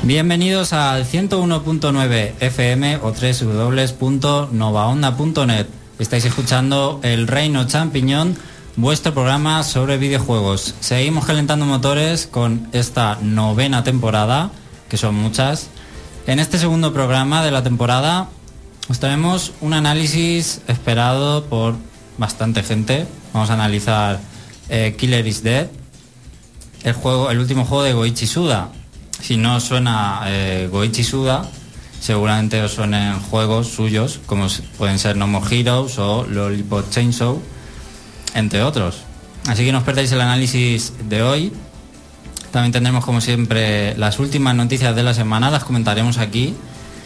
Bienvenidos al 101.9 FM o www.novaonda.net. Estáis escuchando El Reino Champiñón, vuestro programa sobre videojuegos. Seguimos calentando motores con esta 9ª temporada, que son muchas. En este segundo programa de la temporada os traemos un análisis esperado por bastante gente. Vamos a analizar Killer is Dead, el último juego de Goichi Suda. Si no os suena Goichi Suda, seguramente os suenen juegos suyos, como pueden ser No More Heroes o Lollipop Chainsaw, entre otros. Así que no os perdáis el análisis de hoy. También tendremos, como siempre, las últimas noticias de la semana, las comentaremos aquí.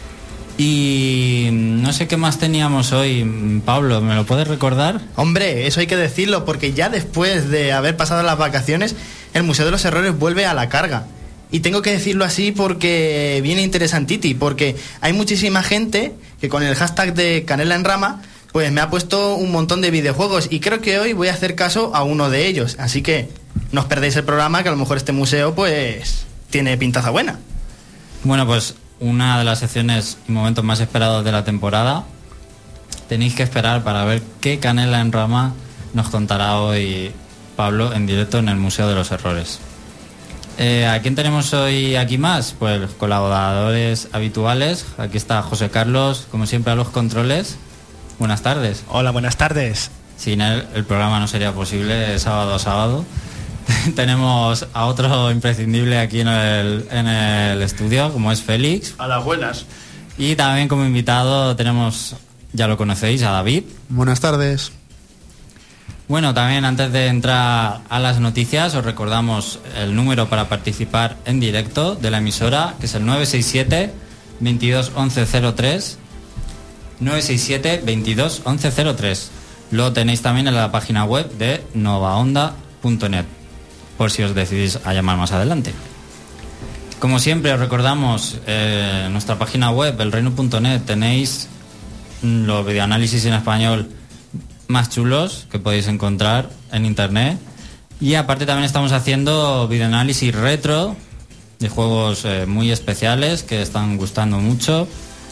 Y no sé qué más teníamos hoy, Pablo, ¿me lo puedes recordar? Hombre, eso hay que decirlo, porque ya después de haber pasado las vacaciones, el Museo de los Errores vuelve a la carga. Y tengo que decirlo así porque viene interesantiti, porque hay muchísima gente que con el hashtag de Canela en Rama pues me ha puesto un montón de videojuegos, y creo que hoy voy a hacer caso a uno de ellos. Así que no os perdéis el programa, que a lo mejor este museo pues tiene pintaza buena. Bueno, pues una de las secciones y momentos más esperados de la temporada. Tenéis que esperar para ver qué Canela en Rama nos contará hoy Pablo en directo en el Museo de los Errores. ¿A quién tenemos hoy aquí más? Pues los colaboradores habituales. Aquí está José Carlos, como siempre, a los controles. Buenas tardes. Hola, buenas tardes. Sin él el programa no sería posible, sábado a sábado. Tenemos a otro imprescindible aquí en el estudio, como es Félix. A las buenas. Y también como invitado tenemos, ya lo conocéis, a David. Buenas tardes. Bueno, también antes de entrar a las noticias, os recordamos el número para participar en directo de la emisora, que es el 967 22 11 03. 967 22 11 03. Lo tenéis también en la página web de novaonda.net, por si os decidís a llamar más adelante. Como siempre, os recordamos nuestra página web, elreino.net. Tenéis los videoanálisis en español más chulos que podéis encontrar en internet, y aparte también estamos haciendo videoanálisis retro de juegos muy especiales que están gustando mucho.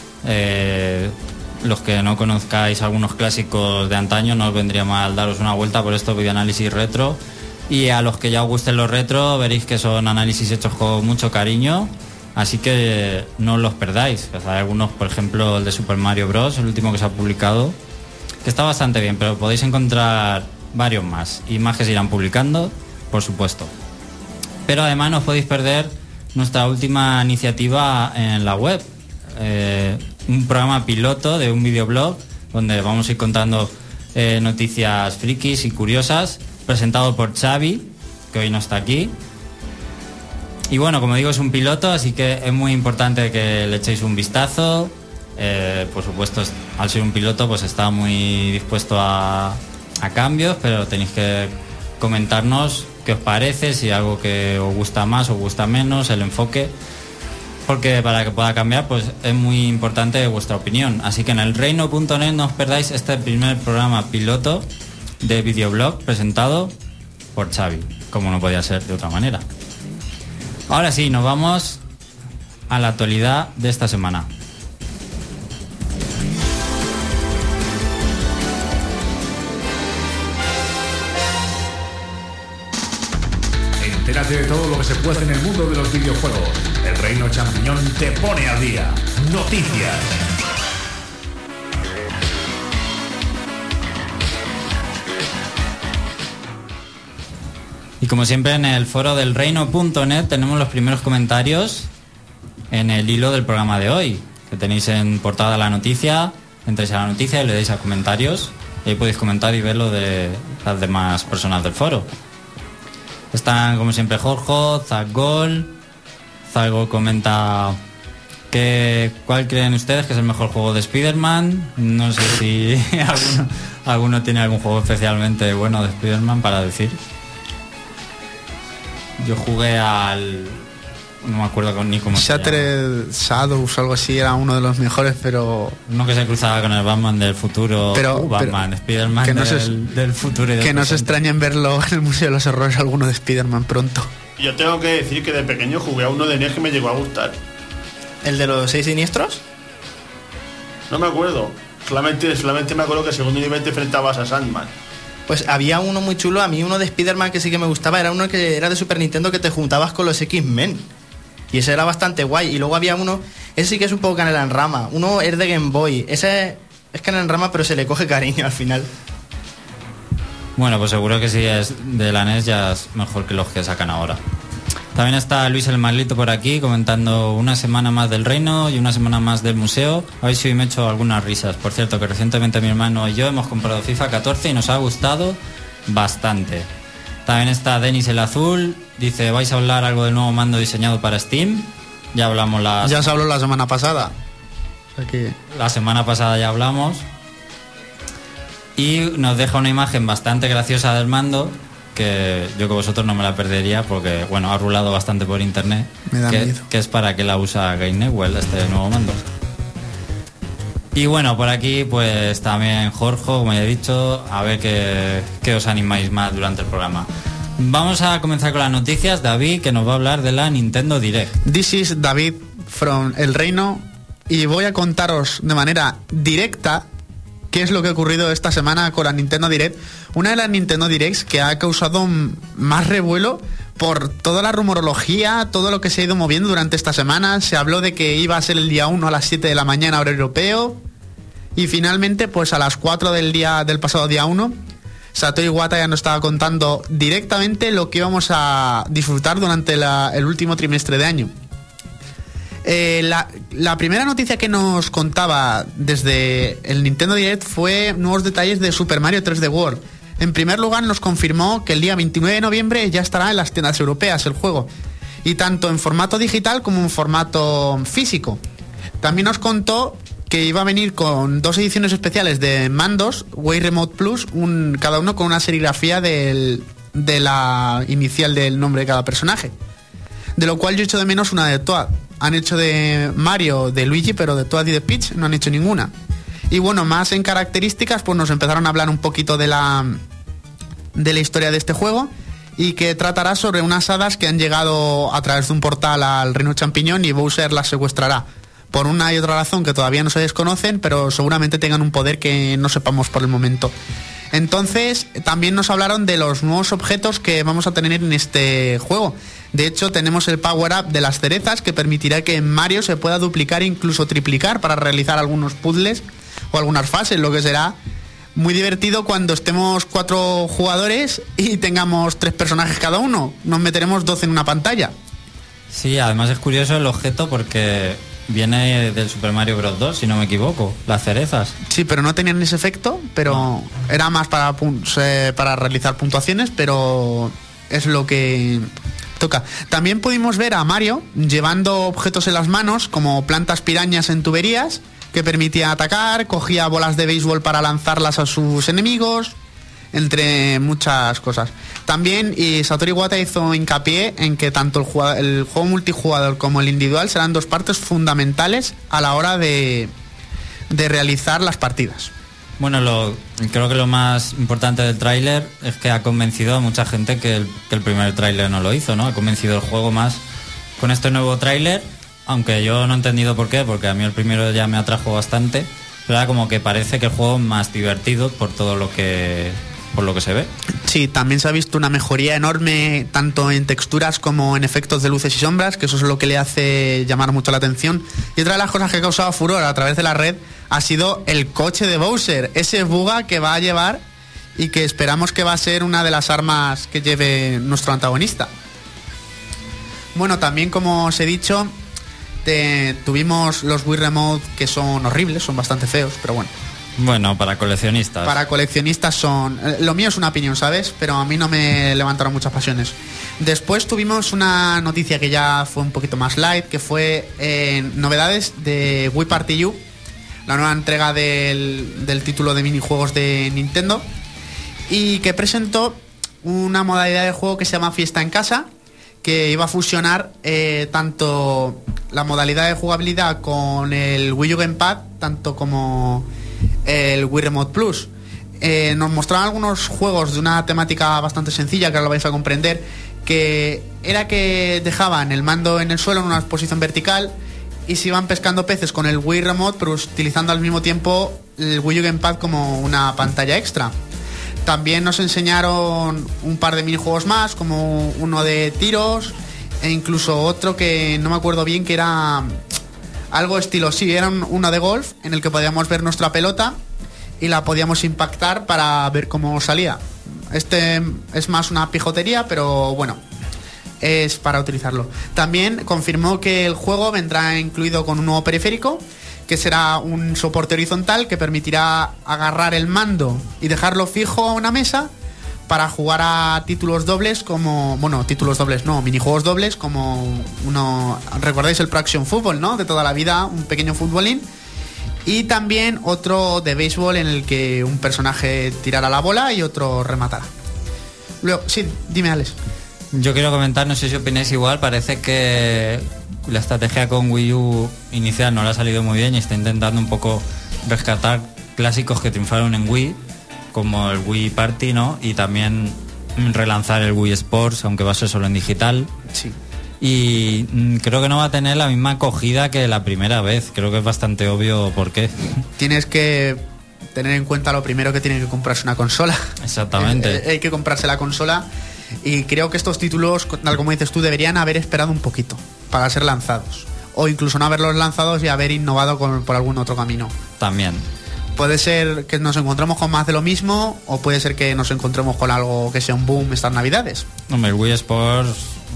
Los que no conozcáis algunos clásicos de antaño, no os vendría mal daros una vuelta por estos videoanálisis retro, y a los que ya os gusten los retro veréis que son análisis hechos con mucho cariño, así que no os los perdáis. Hay algunos, por ejemplo el de Super Mario Bros., el último que se ha publicado, que está bastante bien, pero podéis encontrar varios más, y más que se irán publicando, por supuesto. Pero además no os podéis perder nuestra última iniciativa en la web, un programa piloto de un videoblog donde vamos a ir contando noticias frikis y curiosas, presentado por Xavi, que hoy no está aquí. Y bueno, como digo, es un piloto, así que es muy importante que le echéis un vistazo. Por supuesto, al ser un piloto pues está muy dispuesto a cambios, pero tenéis que comentarnos qué os parece, si algo que os gusta más o gusta menos, el enfoque, porque para que pueda cambiar pues es muy importante vuestra opinión. Así que en elreino.net no os perdáis este primer programa piloto de videoblog presentado por Xavi, como no podía ser de otra manera. Ahora sí, nos vamos a la actualidad de esta semana. Entérate de todo lo que se puede en el mundo de los videojuegos. El Reino Champiñón te pone al día. Noticias. Y como siempre en el foro del reino.net tenemos los primeros comentarios en el hilo del programa de hoy, que tenéis en portada la noticia. Entréis a la noticia y le deis a comentarios, y ahí podéis comentar y ver lo de las demás personas del foro. Están como siempre Jorge, Zagol. Zagol comenta ¿cuál creen ustedes que es el mejor juego de Spider-Man? No sé si alguno tiene algún juego especialmente bueno de Spider-Man para decir. Yo jugué al... no me acuerdo ni cómo se llama. Shattered Shadows o algo así, era uno de los mejores, pero... uno que se cruzaba con el Batman del futuro. Batman, Spider-Man que no del futuro y del que no se presente. extrañen verlo en el Museo de los Errores, alguno de Spider-Man pronto. Yo tengo que decir que de pequeño jugué a uno de NES que me llegó a gustar. ¿El de los 6 siniestros? No me acuerdo. Solamente me acuerdo que el segundo nivel te enfrentabas a Sandman. Pues había uno muy chulo, a mí uno de Spider-Man que sí que me gustaba, era uno que era de Super Nintendo que te juntabas con los X-Men. Y ese era bastante guay. Y luego había uno, ese sí que es un poco canela en rama, uno es de Game Boy. Ese es canela en rama pero se le coge cariño al final. Bueno, pues seguro que si es de la NES ya es mejor que los que sacan ahora. También está Luis el Marlito por aquí comentando una semana más del Reino y una semana más del museo. A ver si hoy me he hecho algunas risas. Por cierto, que recientemente mi hermano y yo hemos comprado FIFA 14 y nos ha gustado bastante. También está Denis el Azul. Dice, ¿vais a hablar algo del nuevo mando diseñado para Steam? Ya hablamos Ya se habló la semana pasada. O sea que... La semana pasada ya hablamos. Y nos deja una imagen bastante graciosa del mando, que yo que vosotros no me la perdería porque, bueno, ha rulado bastante por internet. Me da miedo. Que es para que la usa Game Newell, este nuevo mando. Y bueno, por aquí pues también Jorge, como ya he dicho, a ver qué os animáis más durante el programa. Vamos a comenzar con las noticias. David, que nos va a hablar de la Nintendo Direct. This is David from El Reino y voy a contaros de manera directa qué es lo que ha ocurrido esta semana con la Nintendo Direct. Una de las Nintendo Directs que ha causado más revuelo por toda la rumorología, todo lo que se ha ido moviendo durante esta semana. Se habló de que iba a ser el día 1 a las 7 de la mañana hora europeo y finalmente pues a las 4 del pasado día 1 Satoru Iwata ya nos estaba contando directamente lo que íbamos a disfrutar durante el último trimestre de año. La primera noticia que nos contaba desde el Nintendo Direct fue nuevos detalles de Super Mario 3D World. En primer lugar nos confirmó que el día 29 de noviembre ya estará en las tiendas europeas el juego, y tanto en formato digital como en formato físico. También nos contó que iba a venir con 2 ediciones especiales de mandos Wii Remote Plus, cada uno con una serigrafía de la inicial del nombre de cada personaje, de lo cual yo echo de menos una de Toad. Han hecho de Mario, de Luigi, pero de Toad y de Peach no han hecho ninguna. Y bueno, más en características, pues nos empezaron a hablar un poquito de la historia de este juego, y que tratará sobre unas hadas que han llegado a través de un portal al Reino Champiñón y Bowser las secuestrará. Por una y otra razón que todavía no se desconocen, pero seguramente tengan un poder que no sepamos por el momento. Entonces, también nos hablaron de los nuevos objetos que vamos a tener en este juego. De hecho, tenemos el Power Up de las cerezas, que permitirá que en Mario se pueda duplicar e incluso triplicar para realizar algunos puzzles o algunas fases, lo que será muy divertido cuando estemos 4 jugadores y tengamos 3 personajes cada uno. Nos meteremos 12 en una pantalla. Sí, además es curioso el objeto porque viene del Super Mario Bros. 2, si no me equivoco, las cerezas. Sí, pero no tenían ese efecto, pero era más para realizar puntuaciones, pero es lo que toca. También pudimos ver a Mario llevando objetos en las manos, como plantas pirañas en tuberías, que permitía atacar, cogía bolas de béisbol para lanzarlas a sus enemigos, entre muchas cosas. También Satoru Iwata hizo hincapié en que tanto el juego multijugador como el individual serán 2 partes fundamentales a la hora de realizar las partidas. Bueno, creo que lo más importante del tráiler es que ha convencido a mucha gente que el primer tráiler no lo hizo, ¿no? Ha convencido el juego más con este nuevo tráiler, aunque yo no he entendido por qué, porque a mí el primero ya me atrajo bastante, pero era como que parece que el juego es más divertido por lo que se ve. Sí, también se ha visto una mejoría enorme tanto en texturas como en efectos de luces y sombras, que eso es lo que le hace llamar mucho la atención. Y otra de las cosas que ha causado furor a través de la red ha sido el coche de Bowser, ese Buga que va a llevar y que esperamos que va a ser una de las armas que lleve nuestro antagonista. Bueno, también como os he dicho, tuvimos los Wii Remote, que son horribles, son bastante feos, pero bueno. Bueno, para coleccionistas. Para coleccionistas son... Lo mío es una opinión, ¿sabes? Pero a mí no me levantaron muchas pasiones. Después tuvimos una noticia que ya fue un poquito más light, que fue novedades de Wii Party U, la nueva entrega del título de minijuegos de Nintendo, y que presentó una modalidad de juego que se llama Fiesta en Casa, que iba a fusionar tanto la modalidad de jugabilidad con el Wii U Gamepad, tanto como el Wii Remote Plus. Nos mostraron algunos juegos de una temática bastante sencilla, que ahora lo vais a comprender, que era que dejaban el mando en el suelo en una posición vertical y se iban pescando peces con el Wii Remote, pero utilizando al mismo tiempo el Wii U Gamepad como una pantalla extra. También nos enseñaron un par de minijuegos más, como uno de tiros e incluso otro que no me acuerdo bien, que era algo estilo, sí, era uno de golf en el que podíamos ver nuestra pelota y la podíamos impactar para ver cómo salía. Este es más una pijotería, pero bueno, es para utilizarlo. También confirmó que el juego vendrá incluido con un nuevo periférico, que será un soporte horizontal que permitirá agarrar el mando y dejarlo fijo a una mesa para jugar a títulos dobles como... Bueno, títulos dobles no, minijuegos dobles como uno... ¿Recordáis el Pro Action Football, no? De toda la vida, un pequeño futbolín. Y también otro de béisbol en el que un personaje tirará la bola y otro rematará. Luego, sí, dime, Alex. Yo quiero comentar, no sé si opináis igual, parece que la estrategia con Wii U inicial no le ha salido muy bien y está intentando un poco rescatar clásicos que triunfaron en Wii, como el Wii Party, ¿no? Y también relanzar el Wii Sports, aunque va a ser solo en digital. Sí. Y creo que no va a tener la misma acogida que la primera vez. Creo que es bastante obvio por qué. Tienes que tener en cuenta lo primero que tiene que comprarse una consola. Exactamente. Hay que comprarse la consola. Y creo que estos títulos, tal como dices tú, deberían haber esperado un poquito para ser lanzados. O incluso no haberlos lanzados y haber innovado por algún otro camino. También. Puede ser que nos encontremos con más de lo mismo, o puede ser que nos encontremos con algo que sea un boom estas navidades. Hombre, el Wii Sports,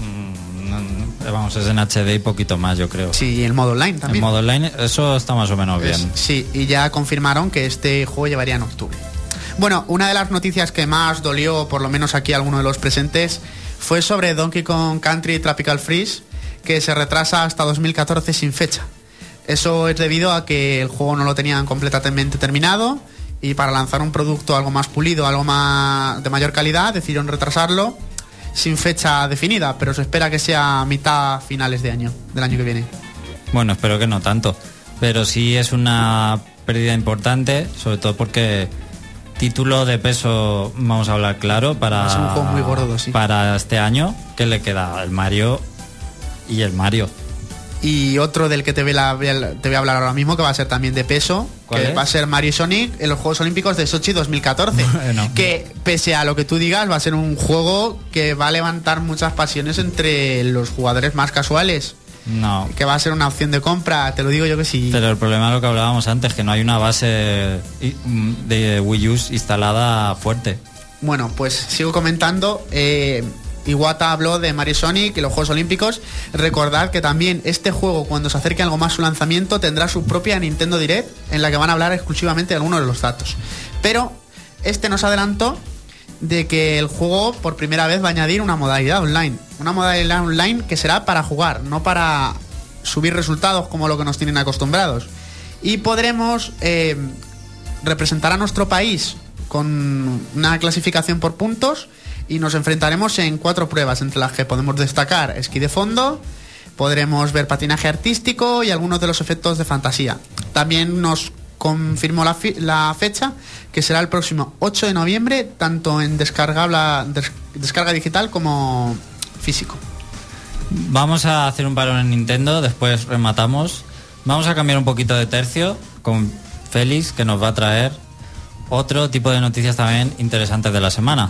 vamos, es en HD y poquito más, yo creo. Sí, y el modo online también. El modo online, eso está más o menos bien. Sí, y ya confirmaron que este juego llevaría en octubre. Bueno, una de las noticias que más dolió, por lo menos aquí a alguno de los presentes, fue sobre Donkey Kong Country Tropical Freeze, que se retrasa hasta 2014 sin fecha. Eso es debido a que el juego no lo tenían completamente terminado y para lanzar un producto algo más pulido, algo más de mayor calidad, decidieron retrasarlo sin fecha definida, pero se espera que sea mitad finales de año, del año que viene. Bueno, espero que no tanto, pero sí es una pérdida importante, sobre todo porque título de peso, vamos a hablar claro, para, es un juego muy gordo, sí. Para este año, que le queda el Mario y el Mario. Y otro del que te voy a hablar ahora mismo, que va a ser también de peso, que va a ser Mario y Sonic en los Juegos Olímpicos de Sochi 2014. Bueno. Que pese a lo que tú digas, va a ser un juego que va a levantar muchas pasiones entre los jugadores más casuales. No. Que va a ser una opción de compra, te lo digo yo que sí. Pero el problema es lo que hablábamos antes, que no hay una base de Wii U instalada fuerte. Bueno, pues sigo comentando. Iwata habló de Mario Sonic y los Juegos Olímpicos. Recordad que también este juego, cuando se acerque algo más a su lanzamiento, tendrá su propia Nintendo Direct, en la que van a hablar exclusivamente de algunos de los datos. Pero este nos adelantó de que el juego por primera vez va a añadir una modalidad online. Una modalidad online que será para jugar, no para subir resultados como lo que nos tienen acostumbrados. Y podremos representar a nuestro país con una clasificación por puntos y nos enfrentaremos en 4 pruebas, entre las que podemos destacar esquí de fondo, podremos ver patinaje artístico y algunos de los efectos de fantasía. También nos confirmó la fecha, que será el próximo 8 de noviembre, tanto en descarga digital como físico. Vamos a hacer un parón en Nintendo, después rematamos. Vamos a cambiar un poquito de tercio con Félix, que nos va a traer otro tipo de noticias también interesantes de la semana.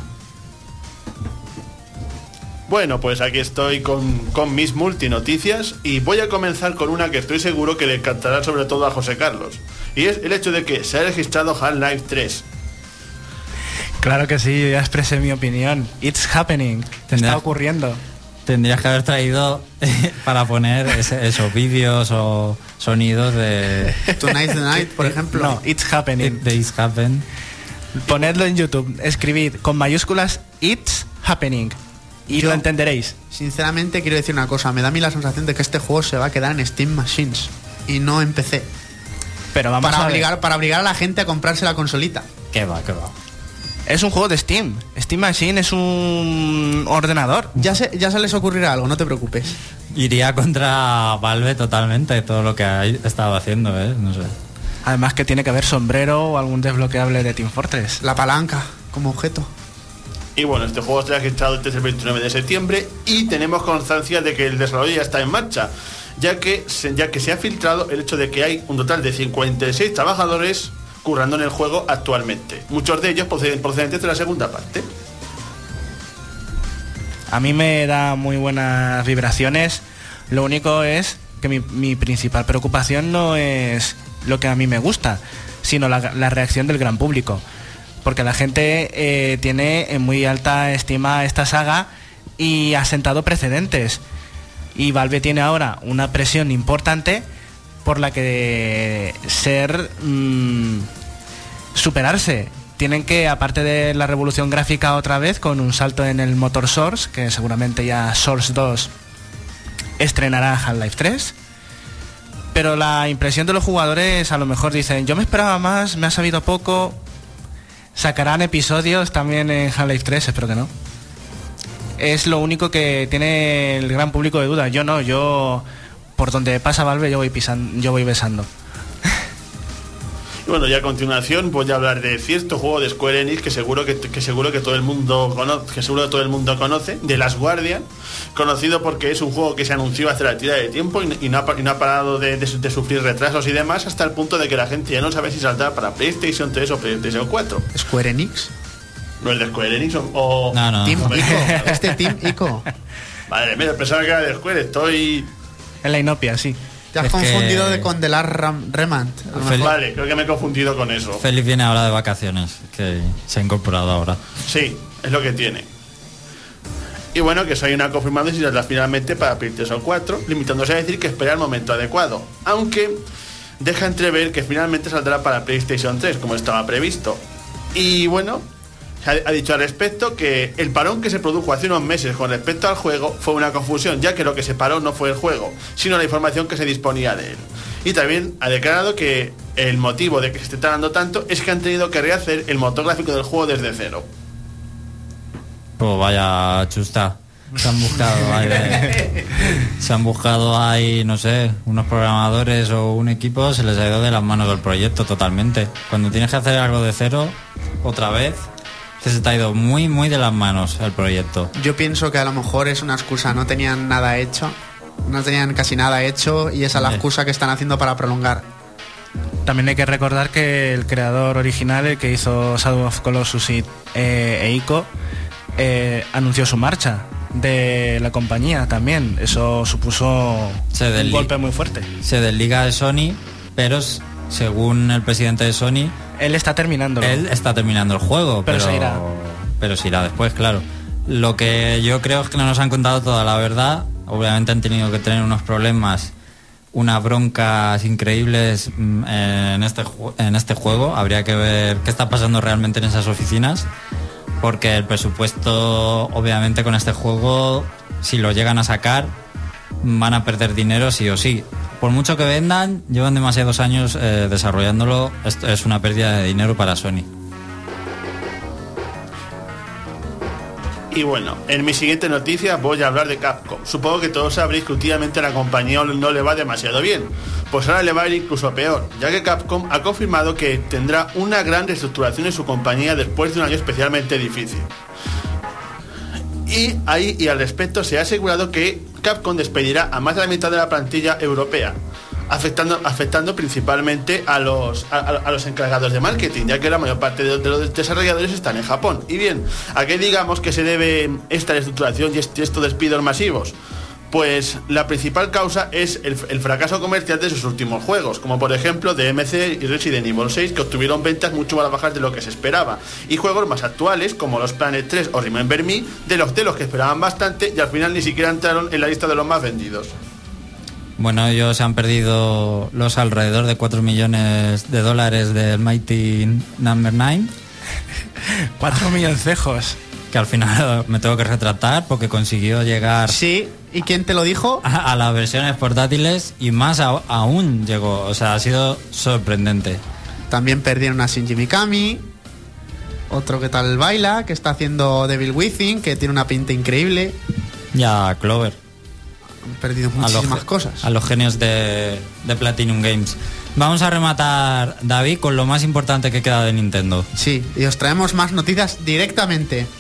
Bueno, pues aquí estoy con mis multinoticias y voy a comenzar con una que estoy seguro que le encantará sobre todo a José Carlos. Y es el hecho de que se ha registrado Half-Life 3. Claro que sí, yo ya expresé mi opinión. It's happening, te está ocurriendo. Tendrías que haber traído para poner esos vídeos o sonidos de... Tonight's the Night, por ejemplo. No, It's happening. It's happen. Ponedlo en YouTube, escribid con mayúsculas It's happening. Y lo entenderéis. Sinceramente quiero decir una cosa, me da a mí la sensación de que este juego se va a quedar en Steam Machines y no en PC. Pero vamos para obligar a la gente a comprarse la consolita. ¿Qué va? Es un juego de Steam. Steam Machine es un ordenador. Ya se les ocurrirá algo, no te preocupes. Iría contra Valve totalmente todo lo que ha estado haciendo, no sé. Además que tiene que haber sombrero o algún desbloqueable de Team Fortress. La palanca como objeto. Y bueno, este juego está registrado desde el 29 de septiembre y tenemos constancia de que el desarrollo ya está en marcha. ya que se ha filtrado el hecho de que hay un total de 56 trabajadores currando en el juego actualmente, muchos de ellos procedentes de la segunda parte. A mí me da muy buenas vibraciones. Lo único es que mi principal preocupación no es lo que a mí me gusta, sino la reacción del gran público. Porque la gente tiene en muy alta estima esta saga y ha sentado precedentes. Y Valve tiene ahora una presión importante por la que superarse. Tienen que, aparte de la revolución gráfica otra vez, con un salto en el motor Source, que seguramente ya Source 2 estrenará Half-Life 3. Pero la impresión de los jugadores a lo mejor dicen, yo me esperaba más, me ha sabido poco. Sacarán episodios también en Half-Life 3, espero que no. Es lo único que tiene el gran público de duda. Yo no, yo por donde pasa Valve yo voy besando. Y bueno, ya a continuación voy a hablar de cierto juego de Square Enix que seguro que todo el mundo conoce, de Last Guardian, conocido porque es un juego que se anunció hace la tira de tiempo y no ha parado de sufrir retrasos y demás, hasta el punto de que la gente ya no sabe si saldrá para PlayStation 3 o PlayStation 4. ¿Square Enix? ¿No es de Square Enix o...? No. Team Ico. Team Ico. Vale, mira, pensaba que era de Square, estoy... En la inopia, sí. Te has confundido con The Last Remnant. Vale, creo que me he confundido con eso. Félix viene ahora de vacaciones, que se ha incorporado ahora. Sí, es lo que tiene. Y bueno, que Sony no ha confirmado si saldrá finalmente para PlayStation 4, limitándose a decir que espera el momento adecuado. Aunque deja entrever que finalmente saldrá para PlayStation 3, como estaba previsto. Y bueno, ha dicho al respecto que el parón que se produjo hace unos meses con respecto al juego fue una confusión, ya que lo que se paró no fue el juego, sino la información que se disponía de él. Y también ha declarado que el motivo de que se esté tardando tanto es que han tenido que rehacer el motor gráfico del juego desde cero. Pues vaya chusta. Se han buscado ahí, no sé, unos programadores o un equipo, se les ha ido de las manos del proyecto totalmente. Cuando tienes que hacer algo de cero, otra vez, se te ha ido muy, muy de las manos el proyecto. Yo pienso que a lo mejor es una excusa, no tenían nada hecho, no tenían casi nada hecho y esa es la excusa que están haciendo para prolongar. También hay que recordar que el creador original, el que hizo Shadow of Colossus y Ico, anunció su marcha de la compañía también. Eso supuso un golpe muy fuerte. Se desliga de Sony, pero según el presidente de Sony, él está terminando el juego, pero se irá. Pero se irá después, claro. Lo que yo creo es que no nos han contado toda la verdad. Obviamente han tenido que tener unos problemas, unas broncas increíbles en este juego. Habría que ver qué está pasando realmente en esas oficinas, porque el presupuesto, obviamente, con este juego, si lo llegan a sacar, van a perder dinero sí o sí. Por mucho que vendan, llevan demasiados años desarrollándolo. Esto es una pérdida de dinero para Sony. Y bueno, en mi siguiente noticia voy a hablar de Capcom. Supongo que todos sabréis que últimamente a la compañía no le va demasiado bien. Pues ahora le va a ir incluso peor, ya que Capcom ha confirmado que tendrá una gran reestructuración en su compañía después de un año especialmente difícil. Y al respecto se ha asegurado que Capcom despedirá a más de la mitad de la plantilla europea, afectando principalmente a los encargados de marketing, ya que la mayor parte de los desarrolladores están en Japón. Y bien, ¿a qué digamos que se debe esta reestructuración y estos despidos masivos? Pues la principal causa es el fracaso comercial de sus últimos juegos, como por ejemplo DMC y Resident Evil 6, que obtuvieron ventas mucho más bajas de lo que se esperaba, y juegos más actuales como los Planet 3 o Remember Me, de los que esperaban bastante y al final ni siquiera entraron en la lista de los más vendidos. Bueno, ellos han perdido los alrededor de $4 millones del Mighty Number 9. 4 milloncejos. Que al final me tengo que retratar porque consiguió llegar... Sí, ¿y quién te lo dijo? A las versiones portátiles y más aún llegó. O sea, ha sido sorprendente. También perdieron a Shinji Mikami, otro que tal baila, que está haciendo Devil Within, que tiene una pinta increíble. Y a Clover. Han perdido muchísimas cosas. A los genios de Platinum Games. Vamos a rematar, David, con lo más importante que queda de Nintendo. Sí, y os traemos más noticias directamente.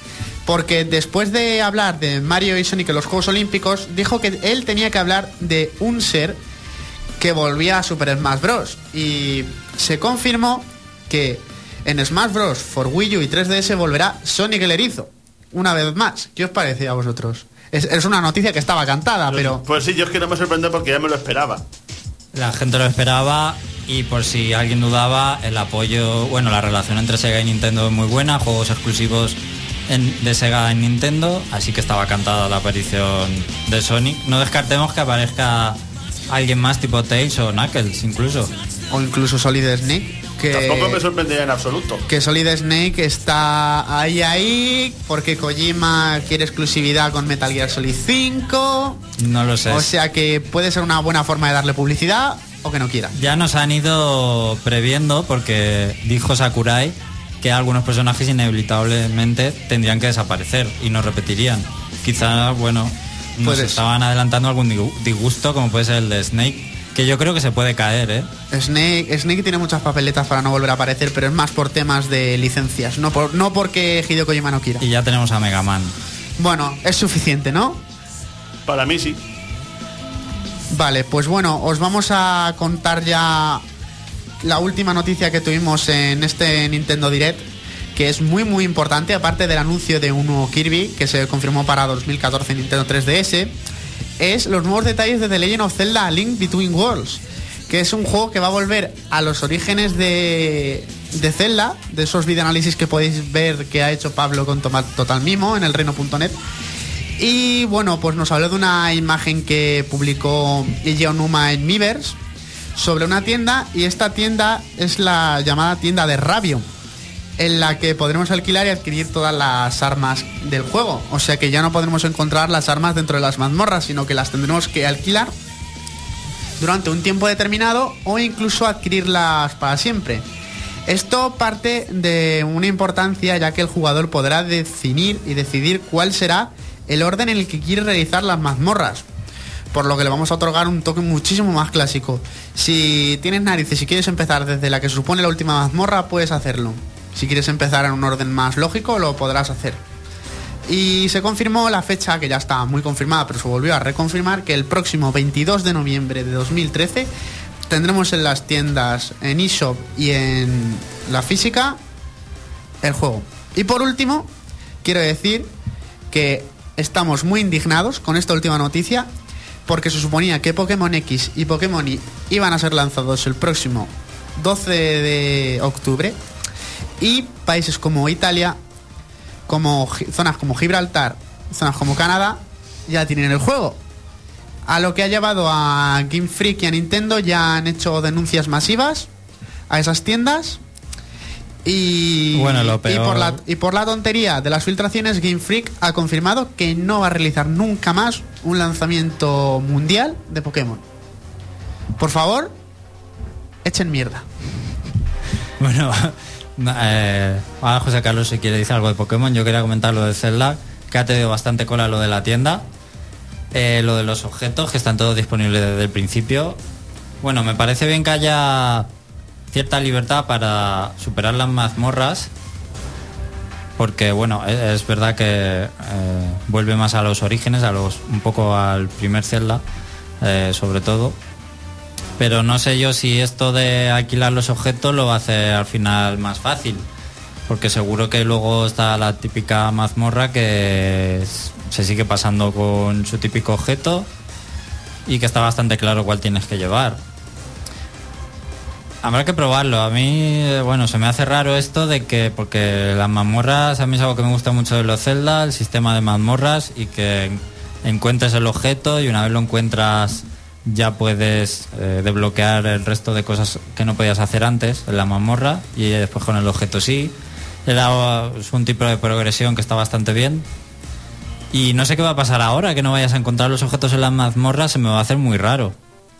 Porque después de hablar de Mario y Sonic en los Juegos Olímpicos, dijo que él tenía que hablar de un ser que volvía a Super Smash Bros. Y se confirmó que en Smash Bros. For Wii U y 3DS volverá Sonic el Erizo. Una vez más. ¿Qué os parece a vosotros? Es una noticia que estaba cantada, pero... Pues sí, yo es que no me sorprendió porque ya me lo esperaba. La gente lo esperaba y por si alguien dudaba, el apoyo, bueno, la relación entre Sega y Nintendo es muy buena, juegos exclusivos de Sega en Nintendo, así que estaba cantada la aparición de Sonic. No descartemos que aparezca alguien más tipo Tails o Knuckles incluso. O incluso Solid Snake. Tampoco me sorprendería en absoluto. Que Solid Snake está ahí porque Kojima quiere exclusividad con Metal Gear Solid 5. No lo sé. O sea que puede ser una buena forma de darle publicidad o que no quiera. Ya nos han ido previendo porque dijo Sakurai que algunos personajes inevitablemente tendrían que desaparecer y no repetirían. Quizá, bueno, nos estaban adelantando algún disgusto como puede ser el de Snake, que yo creo que se puede caer, ¿eh? Snake tiene muchas papeletas para no volver a aparecer, pero es más por temas de licencias, no porque Hideo Kojima no quiera. Y ya tenemos a Mega Man. Bueno, es suficiente, ¿no? Para mí sí. Vale, pues bueno, os vamos a contar ya la última noticia que tuvimos en este Nintendo Direct, que es muy muy importante, aparte del anuncio de un nuevo Kirby que se confirmó para 2014 en Nintendo 3DS, es los nuevos detalles de The Legend of Zelda: A Link Between Worlds, que es un juego que va a volver a los orígenes de Zelda, de esos videoanálisis que podéis ver que ha hecho Pablo con Total Mimo en elreino.net. Y bueno, pues nos habló de una imagen que publicó Eiji Onuma en Miiverse sobre una tienda, y esta tienda es la llamada tienda de Rabio, en la que podremos alquilar y adquirir todas las armas del juego. O sea que ya no podremos encontrar las armas dentro de las mazmorras, sino que las tendremos que alquilar durante un tiempo determinado o incluso adquirirlas para siempre. Esto parte de una importancia, ya que el jugador podrá definir y decidir cuál será el orden en el que quiere realizar las mazmorras, por lo que le vamos a otorgar un toque muchísimo más clásico. Si tienes narices y quieres empezar desde la que se supone la última mazmorra, puedes hacerlo. Si quieres empezar en un orden más lógico, lo podrás hacer. Y se confirmó la fecha, que ya estaba muy confirmada, pero se volvió a reconfirmar, que el próximo 22 de noviembre de 2013 tendremos en las tiendas, en eShop y en la física, el juego. Y por último, quiero decir que estamos muy indignados con esta última noticia, porque se suponía que Pokémon X y Pokémon Y iban a ser lanzados el próximo 12 de octubre, y países como Italia, como zonas como Gibraltar, zonas como Canadá, ya tienen el juego. A lo que ha llevado a Game Freak y a Nintendo, ya han hecho denuncias masivas a esas tiendas. Y, bueno, lo peor... y por la tontería de las filtraciones, Game Freak ha confirmado que no va a realizar nunca más un lanzamiento mundial de Pokémon. Por favor, echen mierda. Bueno, ahora José Carlos, si quiere decir algo de Pokémon, yo quería comentar lo de Zelda, que ha tenido bastante cola lo de la tienda. Lo de los objetos, que están todos disponibles desde el principio. Bueno, me parece bien que haya cierta libertad para superar las mazmorras, porque bueno, es verdad que vuelve más a los orígenes, un poco al primer Zelda, sobre todo. Pero no sé yo si esto de alquilar los objetos lo va a hacer al final más fácil, porque seguro que luego está la típica mazmorra que se sigue pasando con su típico objeto y que está bastante claro cuál tienes que llevar. Habrá que probarlo. A mí, bueno, se me hace raro esto de que, porque las mazmorras, a mí es algo que me gusta mucho de los Zelda, el sistema de mazmorras, y que encuentres el objeto y una vez lo encuentras ya puedes desbloquear el resto de cosas que no podías hacer antes en la mazmorra, y después con el objeto sí. Es un tipo de progresión que está bastante bien. Y no sé qué va a pasar ahora, que no vayas a encontrar los objetos en las mazmorras, se me va a hacer muy raro.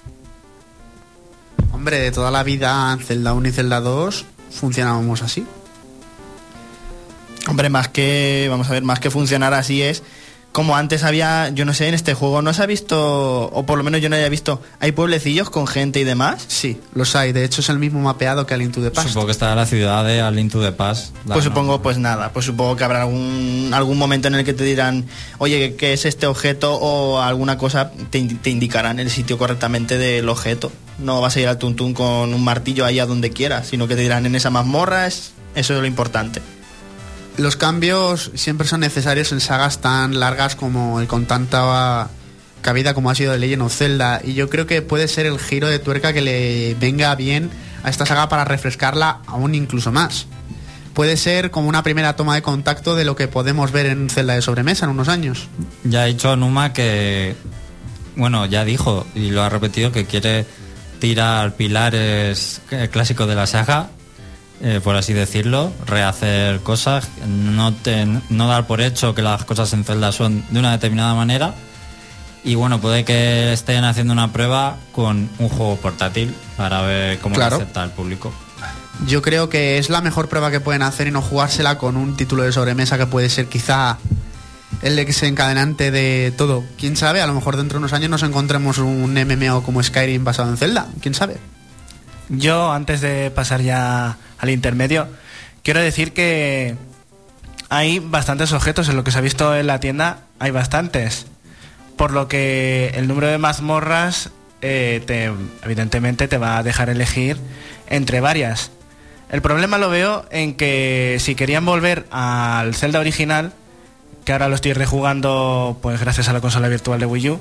Hombre, de toda la vida, Zelda 1 y Zelda 2 funcionábamos así. Hombre, más que funcionar así es como antes había, yo no sé, en este juego no se ha visto, o por lo menos yo no había visto, hay pueblecillos con gente y demás. Sí, los hay. De hecho, es el mismo mapeado que A Link to the Past. Supongo que estará la ciudad de A Link to the Past. Pues supongo, pues nada, pues supongo que habrá algún momento en el que te dirán, oye, ¿qué es este objeto? O alguna cosa, te indicarán el sitio correctamente del objeto. No vas a ir al tuntún con un martillo ahí a donde quieras, sino que te dirán en esa mazmorra, eso es lo importante. Los cambios siempre son necesarios en sagas tan largas como y con tanta cabida como ha sido The Legend of Zelda, y yo creo que puede ser el giro de tuerca que le venga bien a esta saga para refrescarla aún incluso más. Puede ser como una primera toma de contacto de lo que podemos ver en Zelda de sobremesa en unos años. Ya ha dicho Numa que, bueno, ya dijo y lo ha repetido, que quiere tirar pilares clásicos de la saga, por así decirlo, rehacer cosas, no dar por hecho que las cosas en Zelda son de una determinada manera. Y bueno, puede que estén haciendo una prueba con un juego portátil para ver cómo lo acepta el público. Yo creo que es la mejor prueba que pueden hacer y no jugársela con un título de sobremesa que puede ser quizá el desencadenante de todo. ¿Quién sabe? A lo mejor dentro de unos años nos encontremos un MMO como Skyrim basado en Zelda. ¿Quién sabe? Yo, antes de pasar ya al intermedio, quiero decir que hay bastantes objetos. En lo que se ha visto en la tienda hay bastantes, por lo que el número de mazmorras evidentemente te va a dejar elegir entre varias. El problema lo veo en que si querían volver al Zelda original, que ahora lo estoy rejugando pues gracias a la consola virtual de Wii U,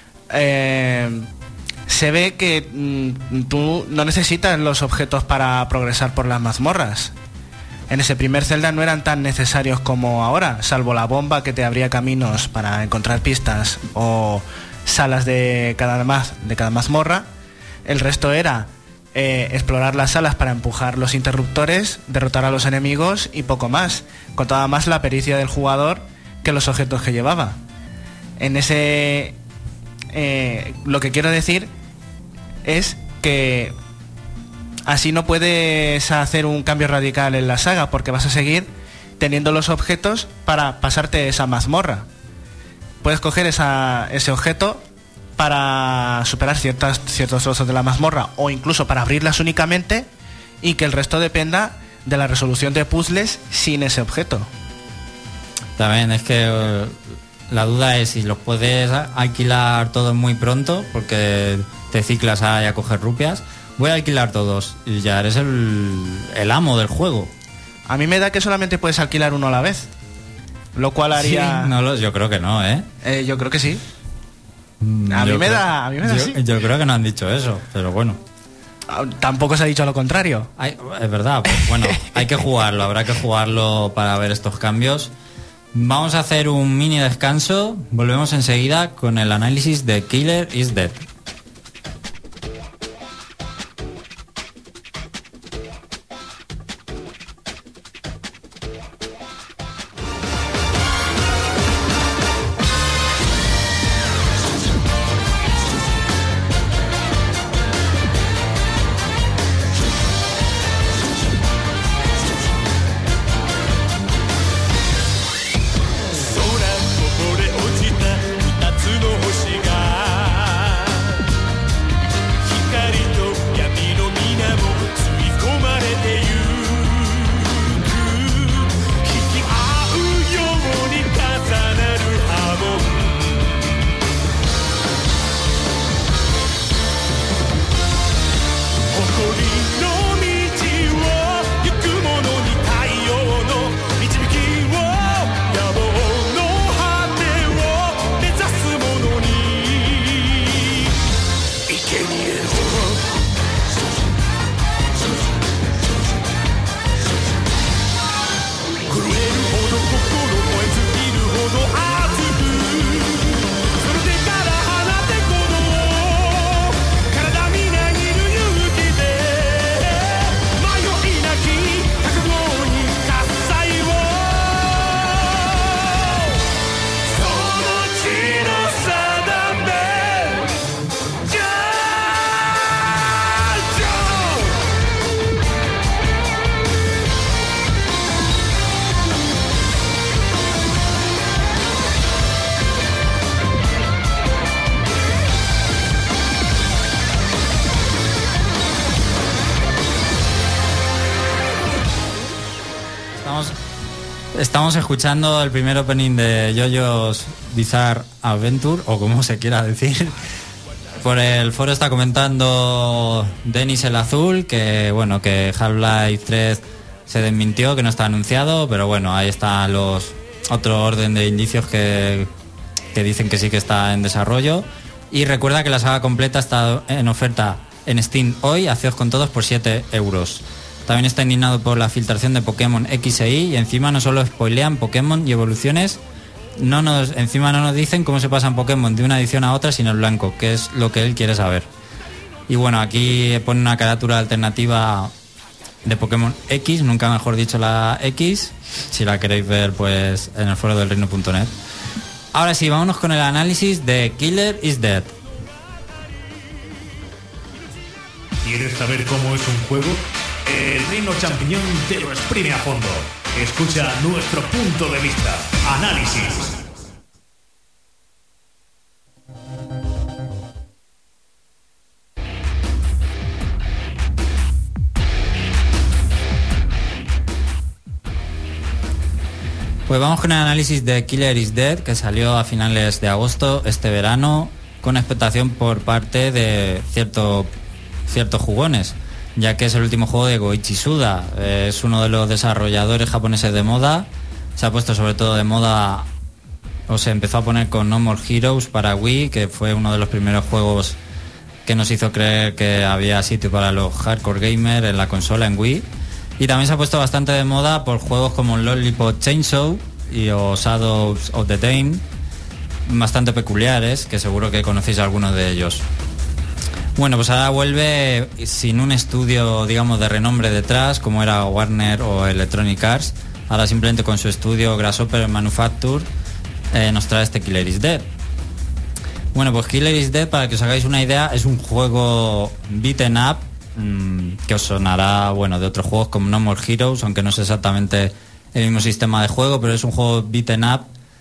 se ve que tú no necesitas los objetos para progresar por las mazmorras. En ese primer Zelda no eran tan necesarios como ahora, salvo la bomba que te abría caminos para encontrar pistas o salas de cada mazmorra. El resto era explorar las salas para empujar los interruptores, derrotar a los enemigos y poco más. Contaba más la pericia del jugador que los objetos que llevaba. En ese... lo que quiero decir es que así no puedes hacer un cambio radical en la saga, porque vas a seguir teniendo los objetos para pasarte esa mazmorra. Puedes coger ese objeto para superar ciertos trozos de la mazmorra, o incluso para abrirlas únicamente, y que el resto dependa de la resolución de puzzles sin ese objeto. También es que la duda es si los puedes alquilar todos muy pronto, porque te ciclas a coger rupias. Voy a alquilar todos y ya eres el amo del juego. A mí me da que solamente puedes alquilar uno a la vez, lo cual haría... Sí, no, yo creo que no, yo creo que sí. A mí me da sí. Yo creo que no han dicho eso, pero bueno. Tampoco se ha dicho lo contrario. Es verdad, pues bueno, hay que jugarlo, habrá que jugarlo para ver estos cambios. Vamos a hacer un mini descanso, volvemos enseguida con el análisis de Killer is Dead. Estamos escuchando el primer opening de JoJo's Bizarre Adventure, o como se quiera decir. Por el foro está comentando Denis el Azul que bueno, que Half-Life 3 se desmintió, que no está anunciado, pero bueno, ahí están los otro orden de indicios que dicen que sí que está en desarrollo. Y recuerda que la saga completa está en oferta en Steam hoy, haceos con todos por 7 euros. También está indignado por la filtración de Pokémon X e Y, y encima no solo spoilean Pokémon y evoluciones, encima no nos dicen cómo se pasan Pokémon de una edición a otra sin el blanco, que es lo que él quiere saber. Y bueno, aquí pone una carátula alternativa de Pokémon X, nunca mejor dicho la X, si la queréis ver pues en el foro del reino.net. Ahora sí, vámonos con el análisis de Killer is Dead. ¿Quieres saber cómo es un juego? El Reino Champiñón te lo exprime a fondo. Escucha nuestro punto de vista. Análisis. Pues vamos con el análisis de Killer is Dead, que salió a finales de agosto este verano, con expectación por parte de ciertos jugones, ya que es el último juego de Goichi Suda. Es uno de los desarrolladores japoneses de moda. Se ha puesto sobre todo de moda, o se empezó a poner con No More Heroes para Wii, que fue uno de los primeros juegos que nos hizo creer que había sitio para los hardcore gamers en la consola, en Wii. Y también se ha puesto bastante de moda por juegos como Lollipop Chainsaw o Shadows of the Dame, bastante peculiares, que seguro que conocéis algunos de ellos. Bueno, pues ahora vuelve sin un estudio, digamos, de renombre detrás, como era Warner o Electronic Arts. Ahora simplemente con su estudio Grasshopper Manufacture nos trae este Killer is Dead. Bueno, pues Killer is Dead, para que os hagáis una idea, es un juego beaten up, que os sonará, bueno, de otros juegos como No More Heroes, aunque no es exactamente el mismo sistema de juego, pero es un juego beaten up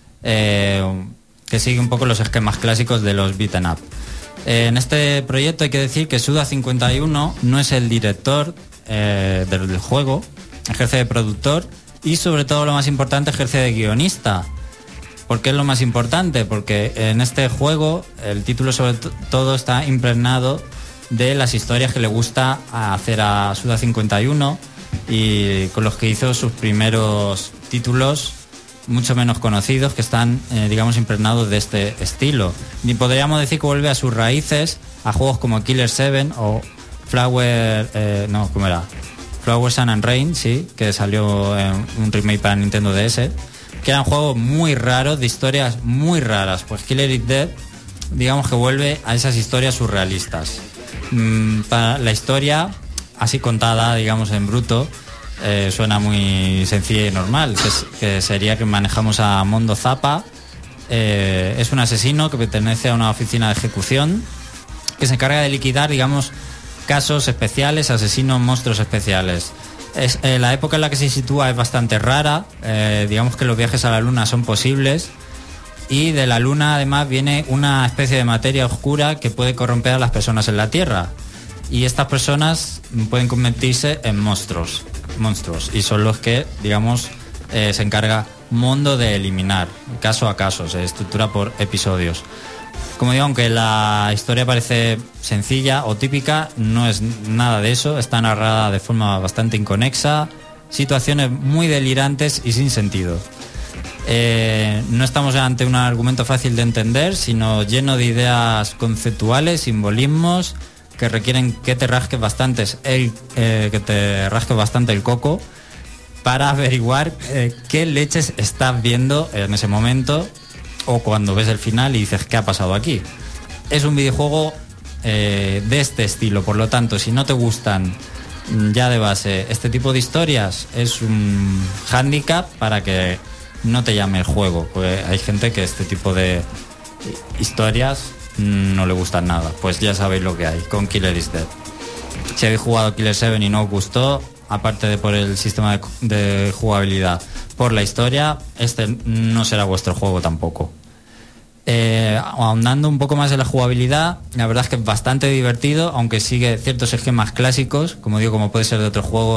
que sigue un poco los esquemas clásicos de los beaten up. En este proyecto hay que decir que Suda51 no es el director del juego, ejerce de productor y sobre todo lo más importante, ejerce de guionista. ¿Por qué es lo más importante? Porque en este juego el título sobre todo está impregnado de las historias que le gusta hacer a Suda51 y con los que hizo sus primeros títulos mucho menos conocidos, que están, digamos, impregnados de este estilo. Y podríamos decir que vuelve a sus raíces, a juegos como Killer 7 o Flower... ¿cómo era? Flower, Sun and Rain, sí, que salió en un remake para Nintendo DS, que eran juegos muy raros, de historias muy raras. Pues Killer is Dead, digamos que vuelve a esas historias surrealistas. Para la historia, así contada, digamos, en bruto, suena muy sencilla y normal, que sería que manejamos a Mondo Zappa. Es un asesino que pertenece a una oficina de ejecución que se encarga de liquidar, digamos, casos especiales, asesinos, monstruos especiales. La época en la que se sitúa es bastante rara, digamos que los viajes a la luna son posibles, y de la luna además viene una especie de materia oscura que puede corromper a las personas en la Tierra, y estas personas pueden convertirse en monstruos, y son los que, digamos, se encarga Mondo de eliminar, caso a caso, se estructura por episodios. Como digo, aunque la historia parece sencilla o típica, no es nada de eso, está narrada de forma bastante inconexa, situaciones muy delirantes y sin sentido. No estamos ante un argumento fácil de entender, sino lleno de ideas conceptuales, simbolismos, que requieren que te rasques bastante el coco para averiguar qué leches estás viendo en ese momento, o cuando ves el final y dices, ¿qué ha pasado aquí? Es un videojuego de este estilo, por lo tanto, si no te gustan ya de base este tipo de historias, es un hándicap para que no te llame el juego, porque hay gente que este tipo de historias no le gustan nada. Pues ya sabéis lo que hay con Killer is Dead. Si habéis jugado Killer 7 y no os gustó, aparte de por el sistema de jugabilidad, por la historia, este no será vuestro juego tampoco. Ahondando un poco más en la jugabilidad, la verdad es que es bastante divertido, aunque sigue ciertos esquemas clásicos, como digo, como puede ser de otros juegos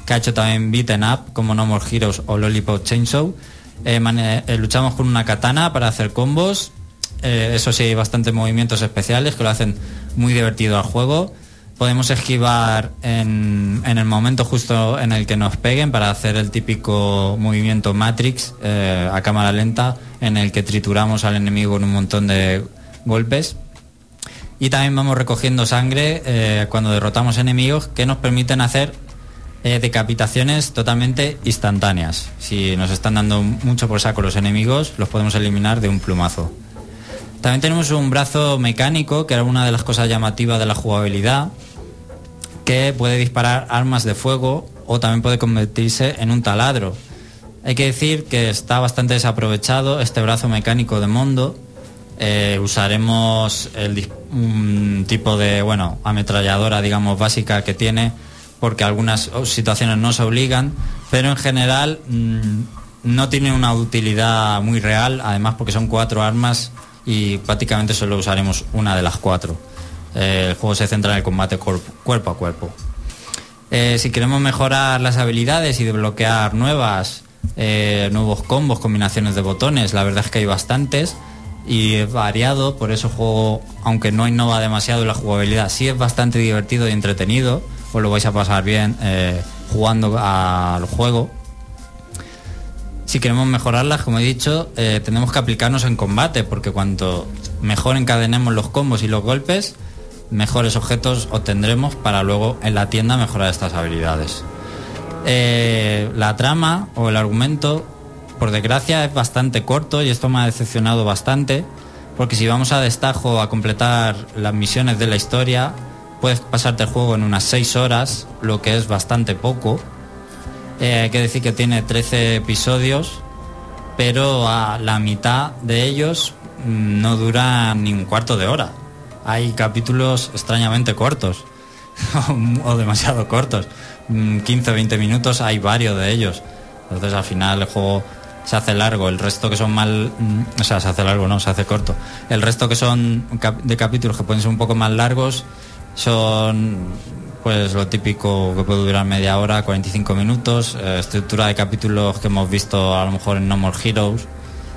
que ha hecho también Beaten Up, como No More Heroes o Lollipop Chainsaw. Luchamos con una katana para hacer combos. Eso sí, hay bastantes movimientos especiales que lo hacen muy divertido al juego. Podemos esquivar en el momento justo en el que nos peguen para hacer el típico movimiento Matrix a cámara lenta, en el que trituramos al enemigo con un montón de golpes. Y también vamos recogiendo sangre cuando derrotamos enemigos, que nos permiten hacer decapitaciones totalmente instantáneas. Si nos están dando mucho por saco los enemigos, los podemos eliminar de un plumazo. También tenemos un brazo mecánico, que era una de las cosas llamativas de la jugabilidad, que puede disparar armas de fuego o también puede convertirse en un taladro. Hay que decir que está bastante desaprovechado este brazo mecánico de Mondo. Usaremos un tipo de ametralladora, digamos, básica que tiene, porque algunas situaciones nos obligan, pero en general no tiene una utilidad muy real, además porque son 4 armas y prácticamente solo usaremos una de las 4. El juego se centra en el combate cuerpo a cuerpo. Si queremos mejorar las habilidades y desbloquear nuevos combos, combinaciones de botones, la verdad es que hay bastantes y es variado, por eso el juego, aunque no innova demasiado en la jugabilidad, sí es bastante divertido y entretenido. Os lo vais a pasar bien jugando al juego. Si queremos mejorarlas, como he dicho, tenemos que aplicarnos en combate, porque cuanto mejor encadenemos los combos y los golpes, mejores objetos obtendremos para luego en la tienda mejorar estas habilidades. La trama o el argumento, por desgracia, es bastante corto y esto me ha decepcionado bastante, porque si vamos a destajo a completar las misiones de la historia, puedes pasarte el juego en unas 6 horas, lo que es bastante poco. Hay que decir que tiene 13 episodios, pero a la mitad de ellos no dura ni un cuarto de hora. Hay capítulos extrañamente cortos o demasiado cortos, 15 o 20 minutos, hay varios de ellos. Entonces al final el juego se hace largo, el resto que son se hace largo, no, se hace corto. El resto que son de capítulos que pueden ser un poco más largos son pues lo típico que puede durar media hora, 45 minutos, estructura de capítulos que hemos visto a lo mejor en No More Heroes,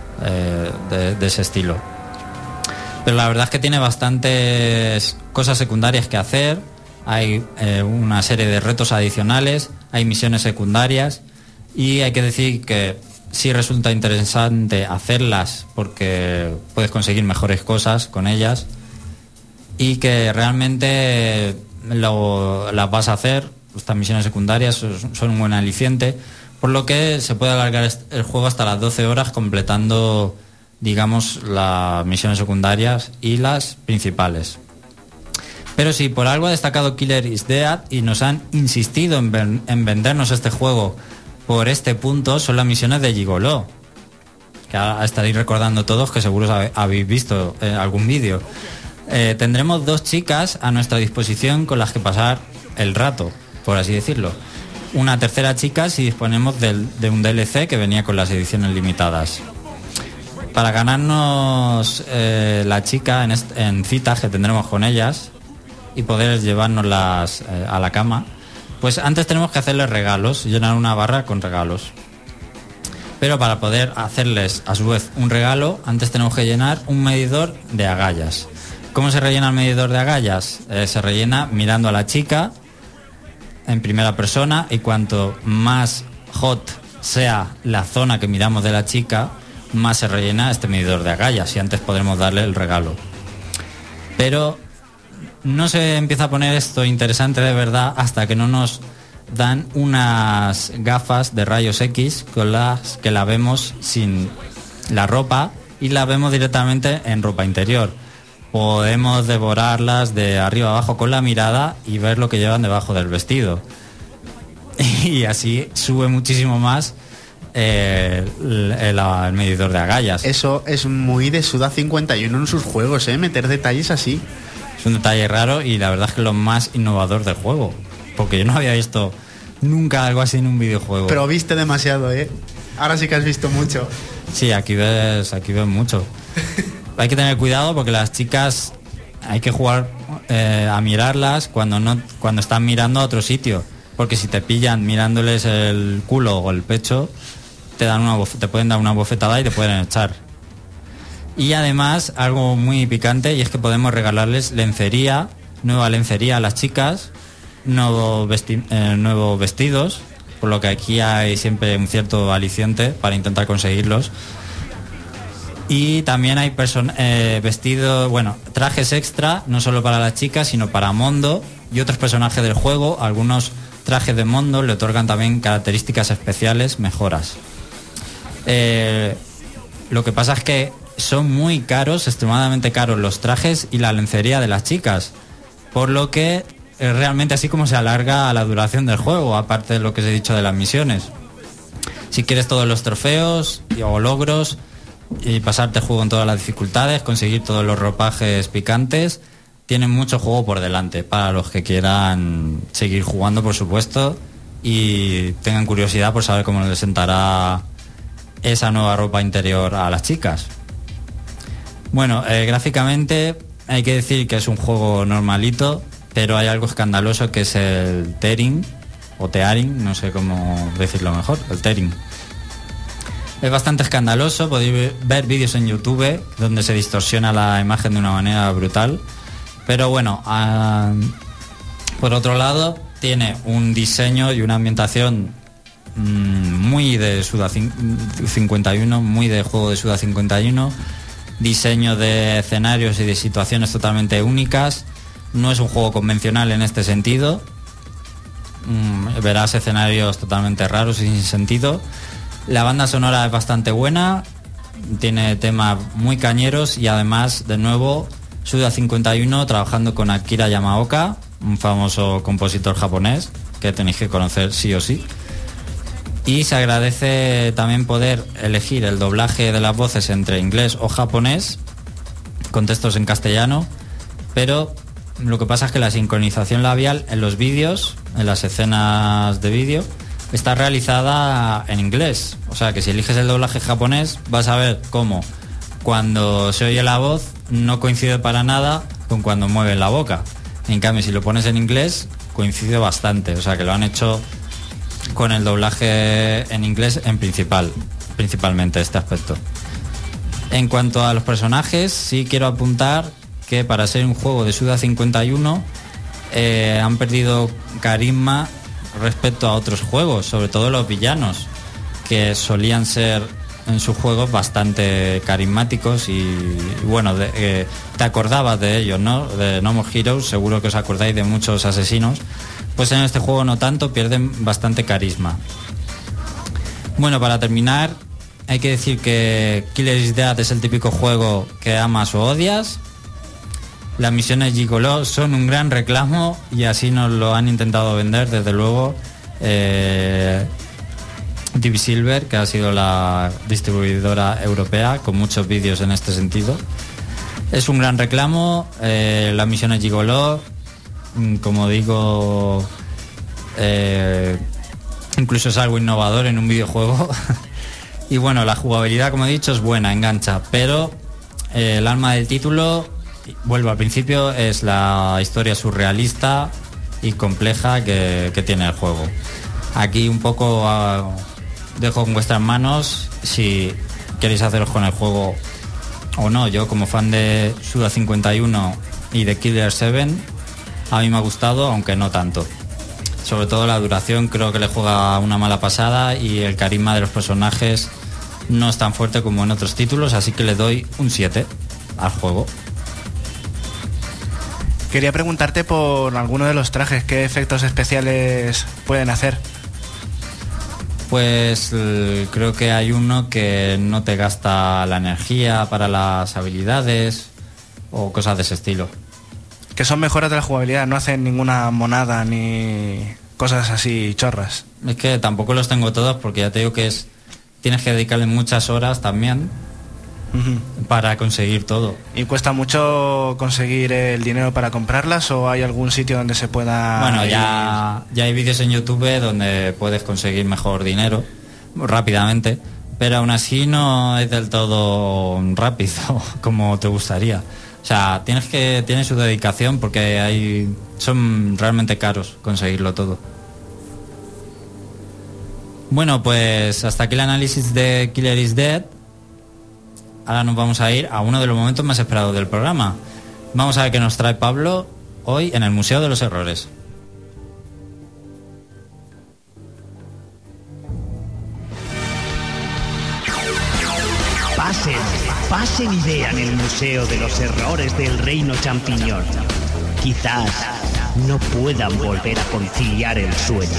de ese estilo. Pero la verdad es que tiene bastantes cosas secundarias que hacer, hay una serie de retos adicionales, hay misiones secundarias y hay que decir que sí resulta interesante hacerlas porque puedes conseguir mejores cosas con ellas y que realmente las vas a hacer. Estas misiones secundarias son un buen aliciente, por lo que se puede alargar el juego hasta las 12 horas completando, digamos, las misiones secundarias y las principales. Pero si por algo ha destacado Killer is Dead y nos han insistido en vendernos este juego por este punto, son las misiones de Gigolo, que ahora estaréis recordando todos, que seguro habéis visto algún vídeo. Tendremos 2 chicas a nuestra disposición con las que pasar el rato, por así decirlo. Una tercera chica si disponemos de un DLC que venía con las ediciones limitadas. Para ganarnos la chica en citas que tendremos con ellas y poder llevárnoslas a la cama, pues antes tenemos que hacerles regalos, llenar una barra con regalos. Pero para poder hacerles a su vez un regalo, antes tenemos que llenar un medidor de agallas. ¿Cómo se rellena el medidor de agallas? Se rellena mirando a la chica en primera persona, y cuanto más hot sea la zona que miramos de la chica, más se rellena este medidor de agallas y antes podremos darle el regalo. Pero no se empieza a poner esto interesante de verdad hasta que no nos dan unas gafas de rayos X con las que la vemos sin la ropa y la vemos directamente en ropa interior. Podemos devorarlas de arriba abajo con la mirada y ver lo que llevan debajo del vestido. Y así sube muchísimo más el medidor de agallas. Eso es muy de Suda 51 en sus juegos, meter detalles así. Es un detalle raro y la verdad es que es lo más innovador del juego, porque yo no había visto nunca algo así en un videojuego. Pero viste demasiado, ahora sí que has visto mucho. Sí, aquí ves mucho. Hay que tener cuidado porque las chicas hay que jugar a mirarlas cuando están mirando a otro sitio. porque si te pillan mirándoles el culo o el pecho, te pueden dar una bofetada y te pueden echar. Y además, algo muy picante, y es que podemos regalarles lencería, nueva lencería a las chicas, nuevos vestidos, por lo que aquí hay siempre un cierto aliciente para intentar conseguirlos. Y también hay vestidos, trajes extra, no solo para las chicas, sino para Mondo y otros personajes del juego. Algunos trajes de Mondo le otorgan también características especiales, mejoras. Lo que pasa es que son muy caros, extremadamente caros los trajes y la lencería de las chicas, por lo que es realmente así como se alarga la duración del juego, aparte de lo que os he dicho de las misiones. Si quieres todos los trofeos o logros y pasarte el juego en todas las dificultades, conseguir todos los ropajes picantes, tienen mucho juego por delante para los que quieran seguir jugando, por supuesto, y tengan curiosidad por saber cómo les sentará esa nueva ropa interior a las chicas. Bueno, gráficamente hay que decir que es un juego normalito, pero hay algo escandaloso que es el tearing o tearing, no sé cómo decirlo mejor, el tearing. Es bastante escandaloso, podéis ver vídeos en YouTube donde se distorsiona la imagen de una manera brutal, pero bueno, por otro lado tiene un diseño y una ambientación muy de Suda 51, muy de juego de Suda 51, diseño de escenarios y de situaciones totalmente únicas. No es un juego convencional en este sentido, verás escenarios totalmente raros y sin sentido. La banda sonora es bastante buena, tiene temas muy cañeros y además, de nuevo, Suda 51 trabajando con Akira Yamaoka, un famoso compositor japonés que tenéis que conocer sí o sí. Y se agradece también poder elegir el doblaje de las voces entre inglés o japonés, con textos en castellano, pero lo que pasa es que la sincronización labial en los vídeos, en las escenas de vídeo, está realizada en inglés. O sea que si eliges el doblaje japonés, vas a ver cómo cuando se oye la voz no coincide para nada con cuando mueve la boca. En cambio, si lo pones en inglés, coincide bastante. O sea que lo han hecho con el doblaje en inglés principalmente este aspecto. En cuanto a los personajes, sí quiero apuntar que para ser un juego de Suda 51 han perdido carisma respecto a otros juegos, sobre todo los villanos, que solían ser en sus juegos bastante carismáticos y bueno, te acordabas de ellos, ¿no? De No More Heroes, seguro que os acordáis de muchos asesinos. Pues en este juego no tanto, pierden bastante carisma. Bueno, para terminar, hay que decir que Killer is Dead es el típico juego que amas o odias. Las misiones Gigolo son un gran reclamo y así nos lo han intentado vender, desde luego, Deep Silver, que ha sido la distribuidora europea, con muchos vídeos en este sentido. Es un gran reclamo, las misiones Gigolo, como digo, incluso es algo innovador en un videojuego. Y bueno, la jugabilidad, como he dicho, es buena, engancha, pero el alma del título, vuelvo al principio, es la historia surrealista y compleja que tiene el juego. Aquí un poco dejo en vuestras manos si queréis haceros con el juego o no. Yo, como fan de Suda 51 y de Killer 7, a mí me ha gustado, aunque no tanto. Sobre todo la duración creo que le juega una mala pasada y el carisma de los personajes no es tan fuerte como en otros títulos, así que le doy un 7 al juego. Quería preguntarte por alguno de los trajes, ¿qué efectos especiales pueden hacer? Pues creo que hay uno que no te gasta la energía para las habilidades o cosas de ese estilo. Que son mejoras de la jugabilidad, no hacen ninguna monada ni cosas así chorras. Es que tampoco los tengo todos porque ya te digo que tienes que dedicarle muchas horas también para conseguir todo. ¿Y cuesta mucho conseguir el dinero para comprarlas o hay algún sitio donde se pueda...? Bueno, ya hay vídeos en YouTube donde puedes conseguir mejor dinero rápidamente, pero aún así no es del todo rápido como te gustaría. O sea, tiene su dedicación porque son realmente caros conseguirlo todo. Bueno, pues hasta aquí el análisis de Killer is Dead. Ahora nos vamos a ir a uno de los momentos más esperados del programa. Vamos a ver qué nos trae Pablo hoy en el Museo de los Errores. Pasen y vean el Museo de los Errores del Reino Champiñón. Quizás no puedan volver a conciliar el sueño.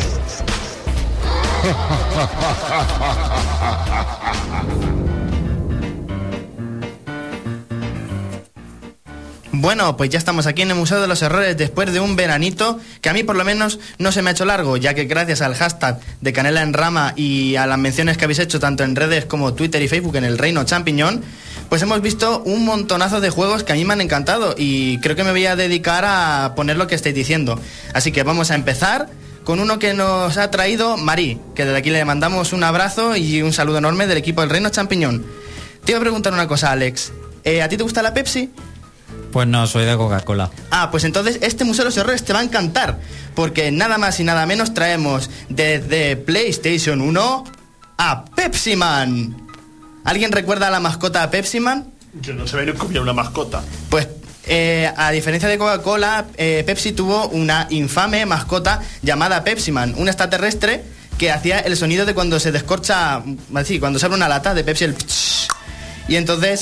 Bueno, pues ya estamos aquí en el Museo de los Errores después de un veranito que a mí por lo menos no se me ha hecho largo, ya que gracias al hashtag de Canela en Rama y a las menciones que habéis hecho tanto en redes como Twitter y Facebook en el Reino Champiñón, pues hemos visto un montonazo de juegos que a mí me han encantado y creo que me voy a dedicar a poner lo que estáis diciendo. Así que vamos a empezar con uno que nos ha traído Marí, que desde aquí le mandamos un abrazo y un saludo enorme del equipo del Reino Champiñón. Te iba a preguntar una cosa, Alex. ¿A ti te gusta la Pepsi? Pues no, soy de Coca-Cola. Ah, pues entonces este Museo de los Errores te va a encantar, porque nada más y nada menos traemos desde PlayStation 1 a Pepsi Man. ¿Alguien recuerda a la mascota Pepsi Man? Yo no sabía que hubiera una mascota. Pues a diferencia de Coca-Cola, Pepsi tuvo una infame mascota llamada Pepsi Man, un extraterrestre que hacía el sonido de cuando se descorcha, así, cuando se abre una lata de Pepsi, el y entonces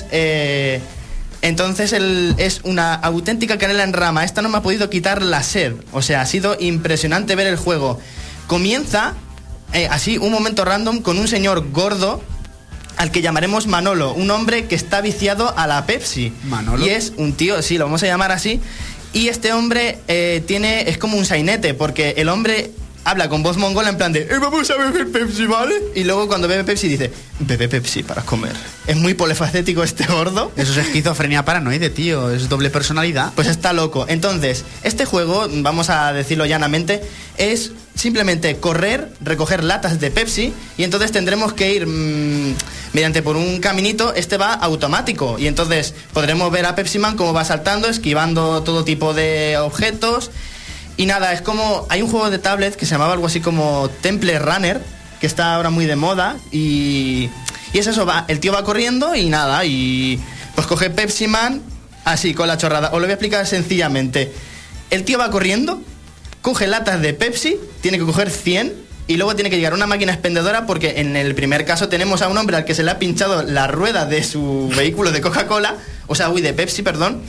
es una auténtica canela en rama. Esta no me ha podido quitar la sed. O sea, ha sido impresionante ver el juego. Comienza así, un momento random, con un señor gordo al que llamaremos Manolo, un hombre que está viciado a la Pepsi. ¿Manolo? Y es un tío, sí, lo vamos a llamar así. Y este hombre es como un sainete, porque el hombre habla con voz mongola en plan de vamos a beber Pepsi, ¿vale? Y luego cuando bebe Pepsi dice, bebe Pepsi para comer. Es muy polifacético este gordo. Eso es esquizofrenia paranoide, tío. Es doble personalidad. Pues está loco. Entonces, este juego, vamos a decirlo llanamente, es simplemente correr, recoger latas de Pepsi, y entonces tendremos que ir mediante por un caminito. Este va automático, y entonces podremos ver a Pepsi Man cómo va saltando, esquivando todo tipo de objetos. Y nada, es como... Hay un juego de tablet que se llamaba algo así como Temple Runner, que está ahora muy de moda, y es eso, el tío va corriendo y nada, y pues coge Pepsi Man así, con la chorrada. Os lo voy a explicar sencillamente. El tío va corriendo, coge latas de Pepsi, tiene que coger 100, y luego tiene que llegar a una máquina expendedora, porque en el primer caso tenemos a un hombre al que se le ha pinchado la rueda de su vehículo de Coca-Cola, de Pepsi, perdón.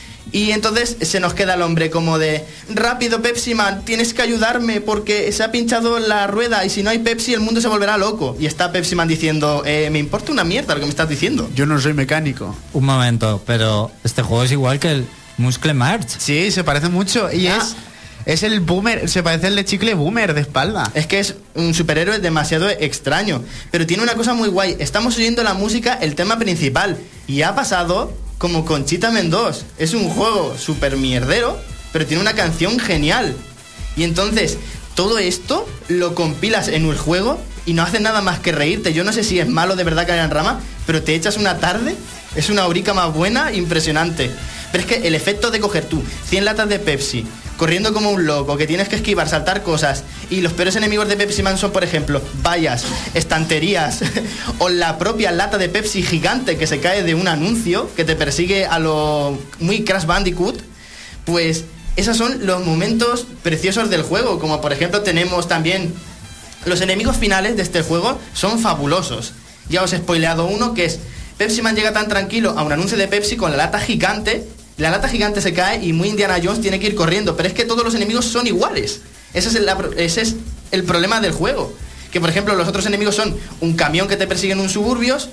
Y entonces se nos queda el hombre como de, rápido Pepsi Man, tienes que ayudarme porque se ha pinchado la rueda y si no hay Pepsi el mundo se volverá loco. Y está Pepsi Man diciendo, me importa una mierda lo que me estás diciendo. Yo no soy mecánico. Un momento, pero este juego es igual que el Muscle March. Sí, se parece mucho y es el Boomer, se parece al de Chicle Boomer de espalda. Es que es un superhéroe demasiado extraño, pero tiene una cosa muy guay. Estamos oyendo la música, el tema principal, y ha pasado como Conchita Mendoz. Es un juego súper mierdero, pero tiene una canción genial. Y entonces, todo esto lo compilas en el juego y no hace nada más que reírte. Yo no sé si es malo de verdad Canela en Rama, pero te echas una tarde, es una horica más buena, impresionante. Pero es que el efecto de coger tú 100 latas de Pepsi, corriendo como un loco, que tienes que esquivar, saltar cosas, y los peores enemigos de Pepsi Man son, por ejemplo, vallas, estanterías, o la propia lata de Pepsi gigante que se cae de un anuncio, que te persigue a lo muy Crash Bandicoot. Pues esos son los momentos preciosos del juego, como por ejemplo tenemos también los enemigos finales de este juego, son fabulosos. Ya os he spoileado uno, que es Pepsi Man llega tan tranquilo a un anuncio de Pepsi con la lata gigante. La lata gigante se cae y muy Indiana Jones tiene que ir corriendo, pero es que todos los enemigos son iguales. Ese es el problema del juego. Que por ejemplo los otros enemigos son un camión que te persigue en un suburbios,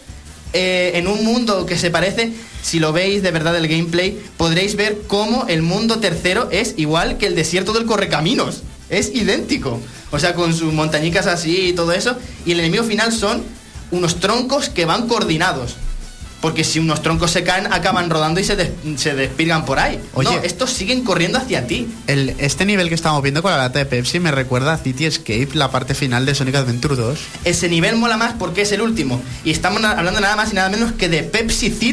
en un mundo que se parece, si lo veis de verdad el gameplay, podréis ver cómo el mundo tercero es igual que el desierto del Correcaminos. Es idéntico. O sea, con sus montañicas así y todo eso. Y el enemigo final son unos troncos que van coordinados. Porque si unos troncos se caen, acaban rodando y se despirgan por ahí. Oye, no, estos siguen corriendo hacia ti. Este nivel que estamos viendo con la lata de Pepsi me recuerda a City Escape, la parte final de Sonic Adventure 2. Ese nivel mola más porque es el último. Y estamos hablando nada más y nada menos que de Pepsi City.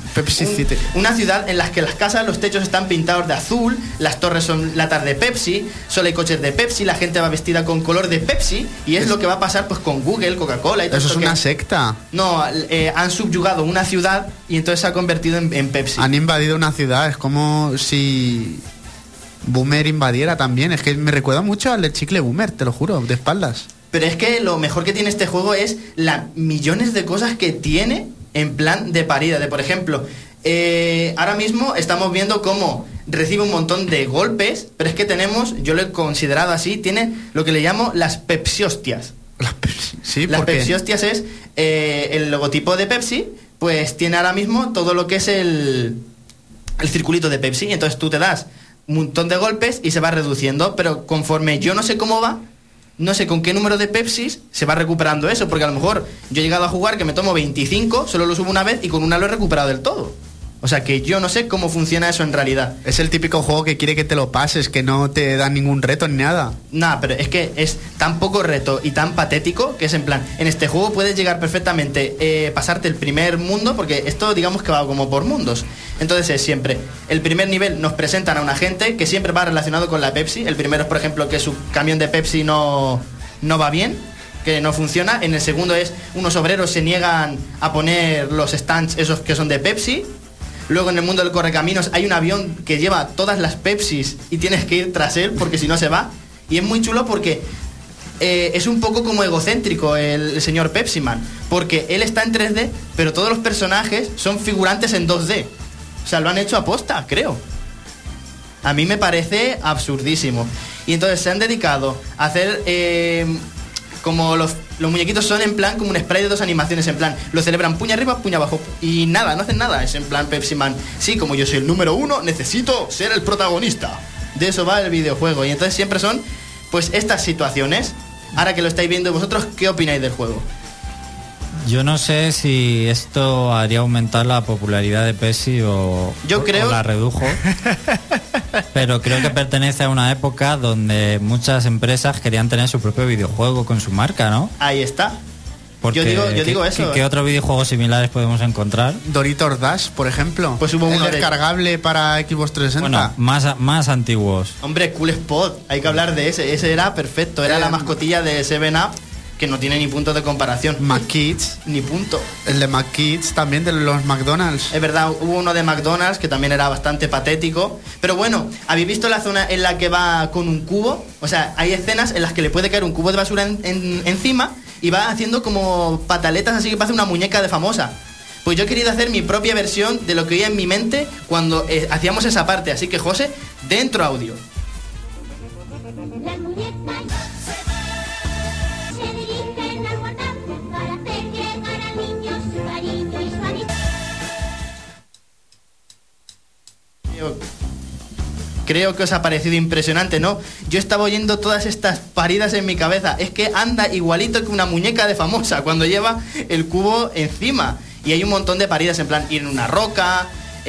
Pepsi City. Una ciudad en la que las casas, los techos están pintados de azul, las torres son latas de Pepsi, solo hay coches de Pepsi, la gente va vestida con color de Pepsi, y es lo que va a pasar pues con Google, Coca-Cola y todo Eso es esto una que... secta. No, han subyugado una ciudad y entonces se ha convertido en Pepsi. Han invadido una ciudad, es como si Boomer invadiera también. Es que me recuerda mucho al del chicle Boomer, te lo juro, de espaldas. Pero es que lo mejor que tiene este juego es las millones de cosas que tiene en plan de parida. De, por ejemplo, ahora mismo estamos viendo cómo recibe un montón de golpes, pero es que tenemos, yo lo he considerado así, tiene lo que le llamo las Pepsiostias. Las Pepsi, sí, Las ¿por qué? Pepsiostias es el logotipo de Pepsi, pues tiene ahora mismo todo lo que es el circulito de Pepsi, y entonces tú te das un montón de golpes y se va reduciendo, pero conforme yo no sé cómo va, no sé con qué número de Pepsis se va recuperando eso, porque a lo mejor yo he llegado a jugar que me tomo 25, solo lo subo una vez y con una lo he recuperado del todo. O sea que yo no sé cómo funciona eso en realidad. Es el típico juego que quiere que te lo pases, que no te da ningún reto ni nada. Nada, pero es que es tan poco reto y tan patético que es en plan, en este juego puedes llegar perfectamente, pasarte el primer mundo, porque esto digamos que va como por mundos. Entonces es siempre, el primer nivel nos presentan a un agente que siempre va relacionado con la Pepsi. El primero es, por ejemplo, que su camión de Pepsi no va bien, que no funciona. En el segundo es, unos obreros se niegan a poner los stands esos que son de Pepsi. Luego en el mundo del correcaminos hay un avión que lleva todas las Pepsis y tienes que ir tras él porque si no se va. Y es muy chulo porque es un poco como egocéntrico el señor Pepsi Man, porque él está en 3D, pero todos los personajes son figurantes en 2D. O sea, lo han hecho aposta, creo. A mí me parece absurdísimo. Y entonces se han dedicado a hacer... como los muñequitos son en plan como un spray de dos animaciones, en plan, lo celebran puño arriba, puño abajo, y nada, no hacen nada, es en plan Pepsi Man. Sí, como yo soy el número 1, necesito ser el protagonista. De eso va el videojuego, y entonces siempre son, pues, estas situaciones. Ahora que lo estáis viendo vosotros, ¿qué opináis del juego? Yo no sé si esto haría aumentar la popularidad de Pepsi o la redujo. Pero creo que pertenece a una época donde muchas empresas querían tener su propio videojuego con su marca, ¿no? Ahí está. Porque, yo digo eso. ¿Qué otros videojuegos similares podemos encontrar? Doritos Dash, por ejemplo. Pues hubo uno descargable para Xbox 360. Bueno, más antiguos. Hombre, Cool Spot, hay que hablar de ese. Ese era perfecto, era la mascotilla de 7-Up, que no tiene ni punto de comparación. McKids. Ni punto. El de McKids también, de los McDonald's. Es verdad, hubo uno de McDonald's que también era bastante patético. Pero bueno, ¿habéis visto la zona en la que va con un cubo? O sea, hay escenas en las que le puede caer un cubo de basura encima y va haciendo como pataletas, así que parece una muñeca de famosa. Pues yo he querido hacer mi propia versión de lo que oía en mi mente cuando hacíamos esa parte. Así que, José, dentro audio. Las muñecas se dirigen al guardar para hacer llegar al niño su cariño y su amistad. Creo que os ha parecido impresionante, ¿no? Yo estaba oyendo todas estas paridas en mi cabeza. Es que anda igualito que una muñeca de famosa cuando lleva el cubo encima. Y hay un montón de paridas, en plan, ir en una roca,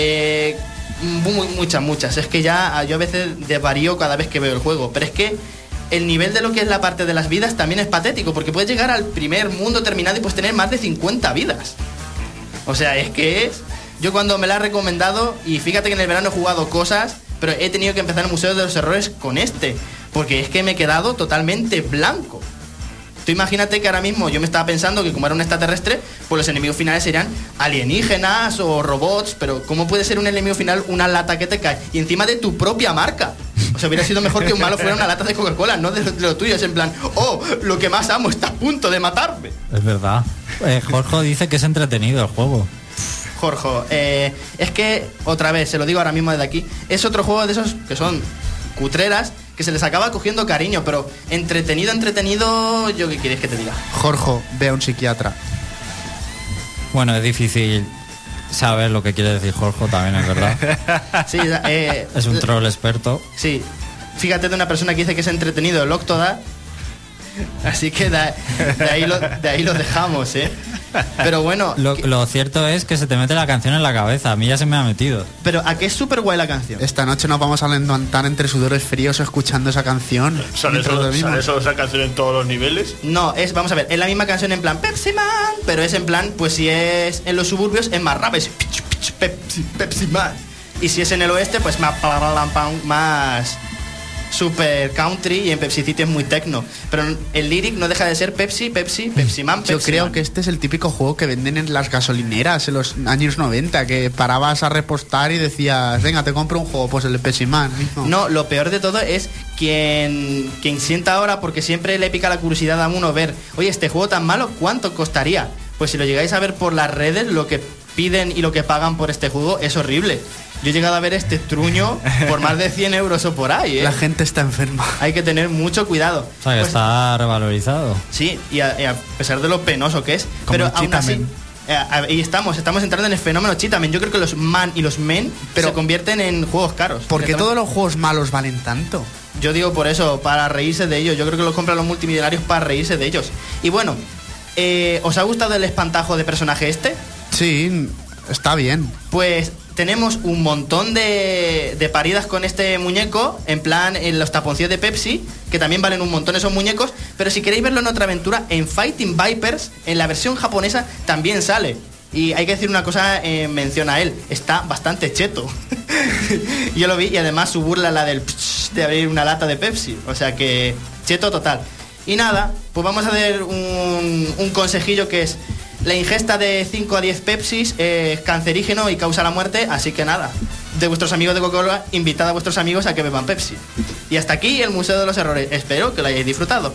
muchas. Es que ya yo a veces desvarío cada vez que veo el juego. Pero es que el nivel de lo que es la parte de las vidas también es patético, porque puedes llegar al primer mundo terminado y puedes tener más de 50 vidas. O sea, es que es... Yo cuando me la he recomendado, y fíjate que en el verano he jugado cosas, pero he tenido que empezar el Museo de los Errores con este, porque es que me he quedado totalmente blanco. Tú imagínate que ahora mismo yo me estaba pensando que como era un extraterrestre, pues los enemigos finales serían alienígenas o robots, pero ¿cómo puede ser un enemigo final una lata que te cae? Y encima de tu propia marca. O sea, hubiera sido mejor que un malo fuera una lata de Coca-Cola, no de lo tuyo. Es en plan, oh, lo que más amo está a punto de matarme. Es verdad. Jorge dice que es entretenido el juego. Jorge, es que, otra vez, se lo digo ahora mismo desde aquí, es otro juego de esos que son cutreras, que se les acaba cogiendo cariño, pero entretenido, ¿yo qué quieres que te diga? Jorge, ve a un psiquiatra. Bueno, es difícil saber lo que quiere decir Jorge, también es verdad. Sí, es un troll experto. Sí, fíjate de una persona que dice que es entretenido el Octodad, así que de ahí lo dejamos, Pero bueno, Lo cierto es que se te mete la canción en la cabeza. A mí ya se me ha metido. pero ¿a qué es súper guay la canción? Esta noche nos vamos a levantar entre sudores fríos escuchando esa canción. mientras dormimos. ¿Sale esa canción en todos los niveles? No, vamos a ver, es la misma canción en plan Pepsi Man, pero es en plan, pues si es en los suburbios es más rap, es Pepsi Man. Y si es en el oeste, pues más super country, y en Pepsi City es muy techno. Pero el lyric no deja de ser Pepsi Man, Yo creo Man. que este es el típico juego que venden en las gasolineras en los años 90, que parabas a repostar y decías, venga, te compro un juego, pues el de Pepsi Man mismo. No, lo peor de todo es quien sienta ahora, porque siempre le pica la curiosidad a uno ver, oye, este juego tan malo, ¿cuánto costaría? Pues si lo llegáis a ver por las redes, lo que piden y lo que pagan por este juego es horrible. Yo he llegado a ver este truño por más de 100 euros o por ahí, ¿eh? La gente está enferma. Hay que tener mucho cuidado. O sea, que Pues, está revalorizado. sí, y a pesar de lo penoso que es, Como pero el aún así... Cheetah ahí estamos entrando en el fenómeno Cheetah. Yo creo que los man y los men se convierten en juegos caros. ¿Por qué directamente. todos los juegos malos valen tanto? Yo digo por eso, para reírse de ellos. Yo creo que los compran los multimillonarios para reírse de ellos. Y bueno, ¿os ha gustado el espantajo de personaje este? Sí, está bien. Pues tenemos un montón de paridas con este muñeco, en plan en los taponcillos de Pepsi, que también valen un montón esos muñecos, pero si queréis verlo en otra aventura, en Fighting Vipers, en la versión japonesa, también sale. Y hay que decir una cosa en mención a él, está bastante cheto. Yo lo vi, y además su burla, la del de abrir una lata de Pepsi, o sea que cheto total. Y nada, pues vamos a hacer un consejillo, que es: la ingesta de 5 a 10 Pepsis es cancerígeno y causa la muerte, así que nada, de vuestros amigos de Coca-Cola, invitad a vuestros amigos a que beban Pepsi. Y hasta aquí el Museo de los Errores, espero que lo hayáis disfrutado.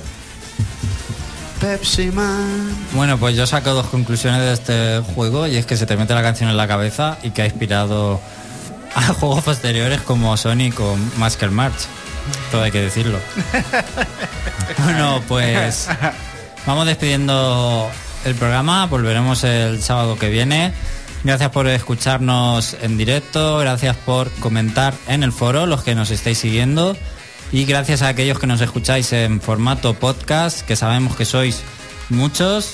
Pepsi Man. Bueno, pues yo saco dos conclusiones de este juego, y es que se te mete la canción en la cabeza y que ha inspirado a juegos posteriores como Sonic o Masker March. Todo hay que decirlo. Bueno, pues vamos despidiendo el programa. Volveremos el sábado que viene. Gracias por escucharnos en directo, gracias por comentar en el foro, los que nos estáis siguiendo, y gracias a aquellos que nos escucháis en formato podcast, que sabemos que sois muchos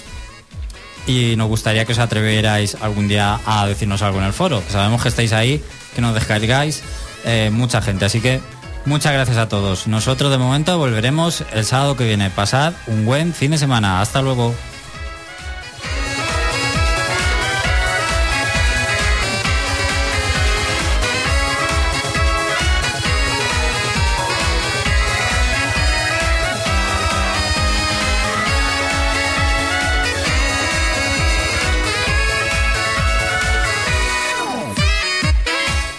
y nos gustaría que os atrevierais algún día a decirnos algo en el foro, que sabemos que estáis ahí, que nos descargáis mucha gente, así que muchas gracias a todos. Nosotros de momento volveremos el sábado que viene. Pasad un buen fin de semana. Hasta luego.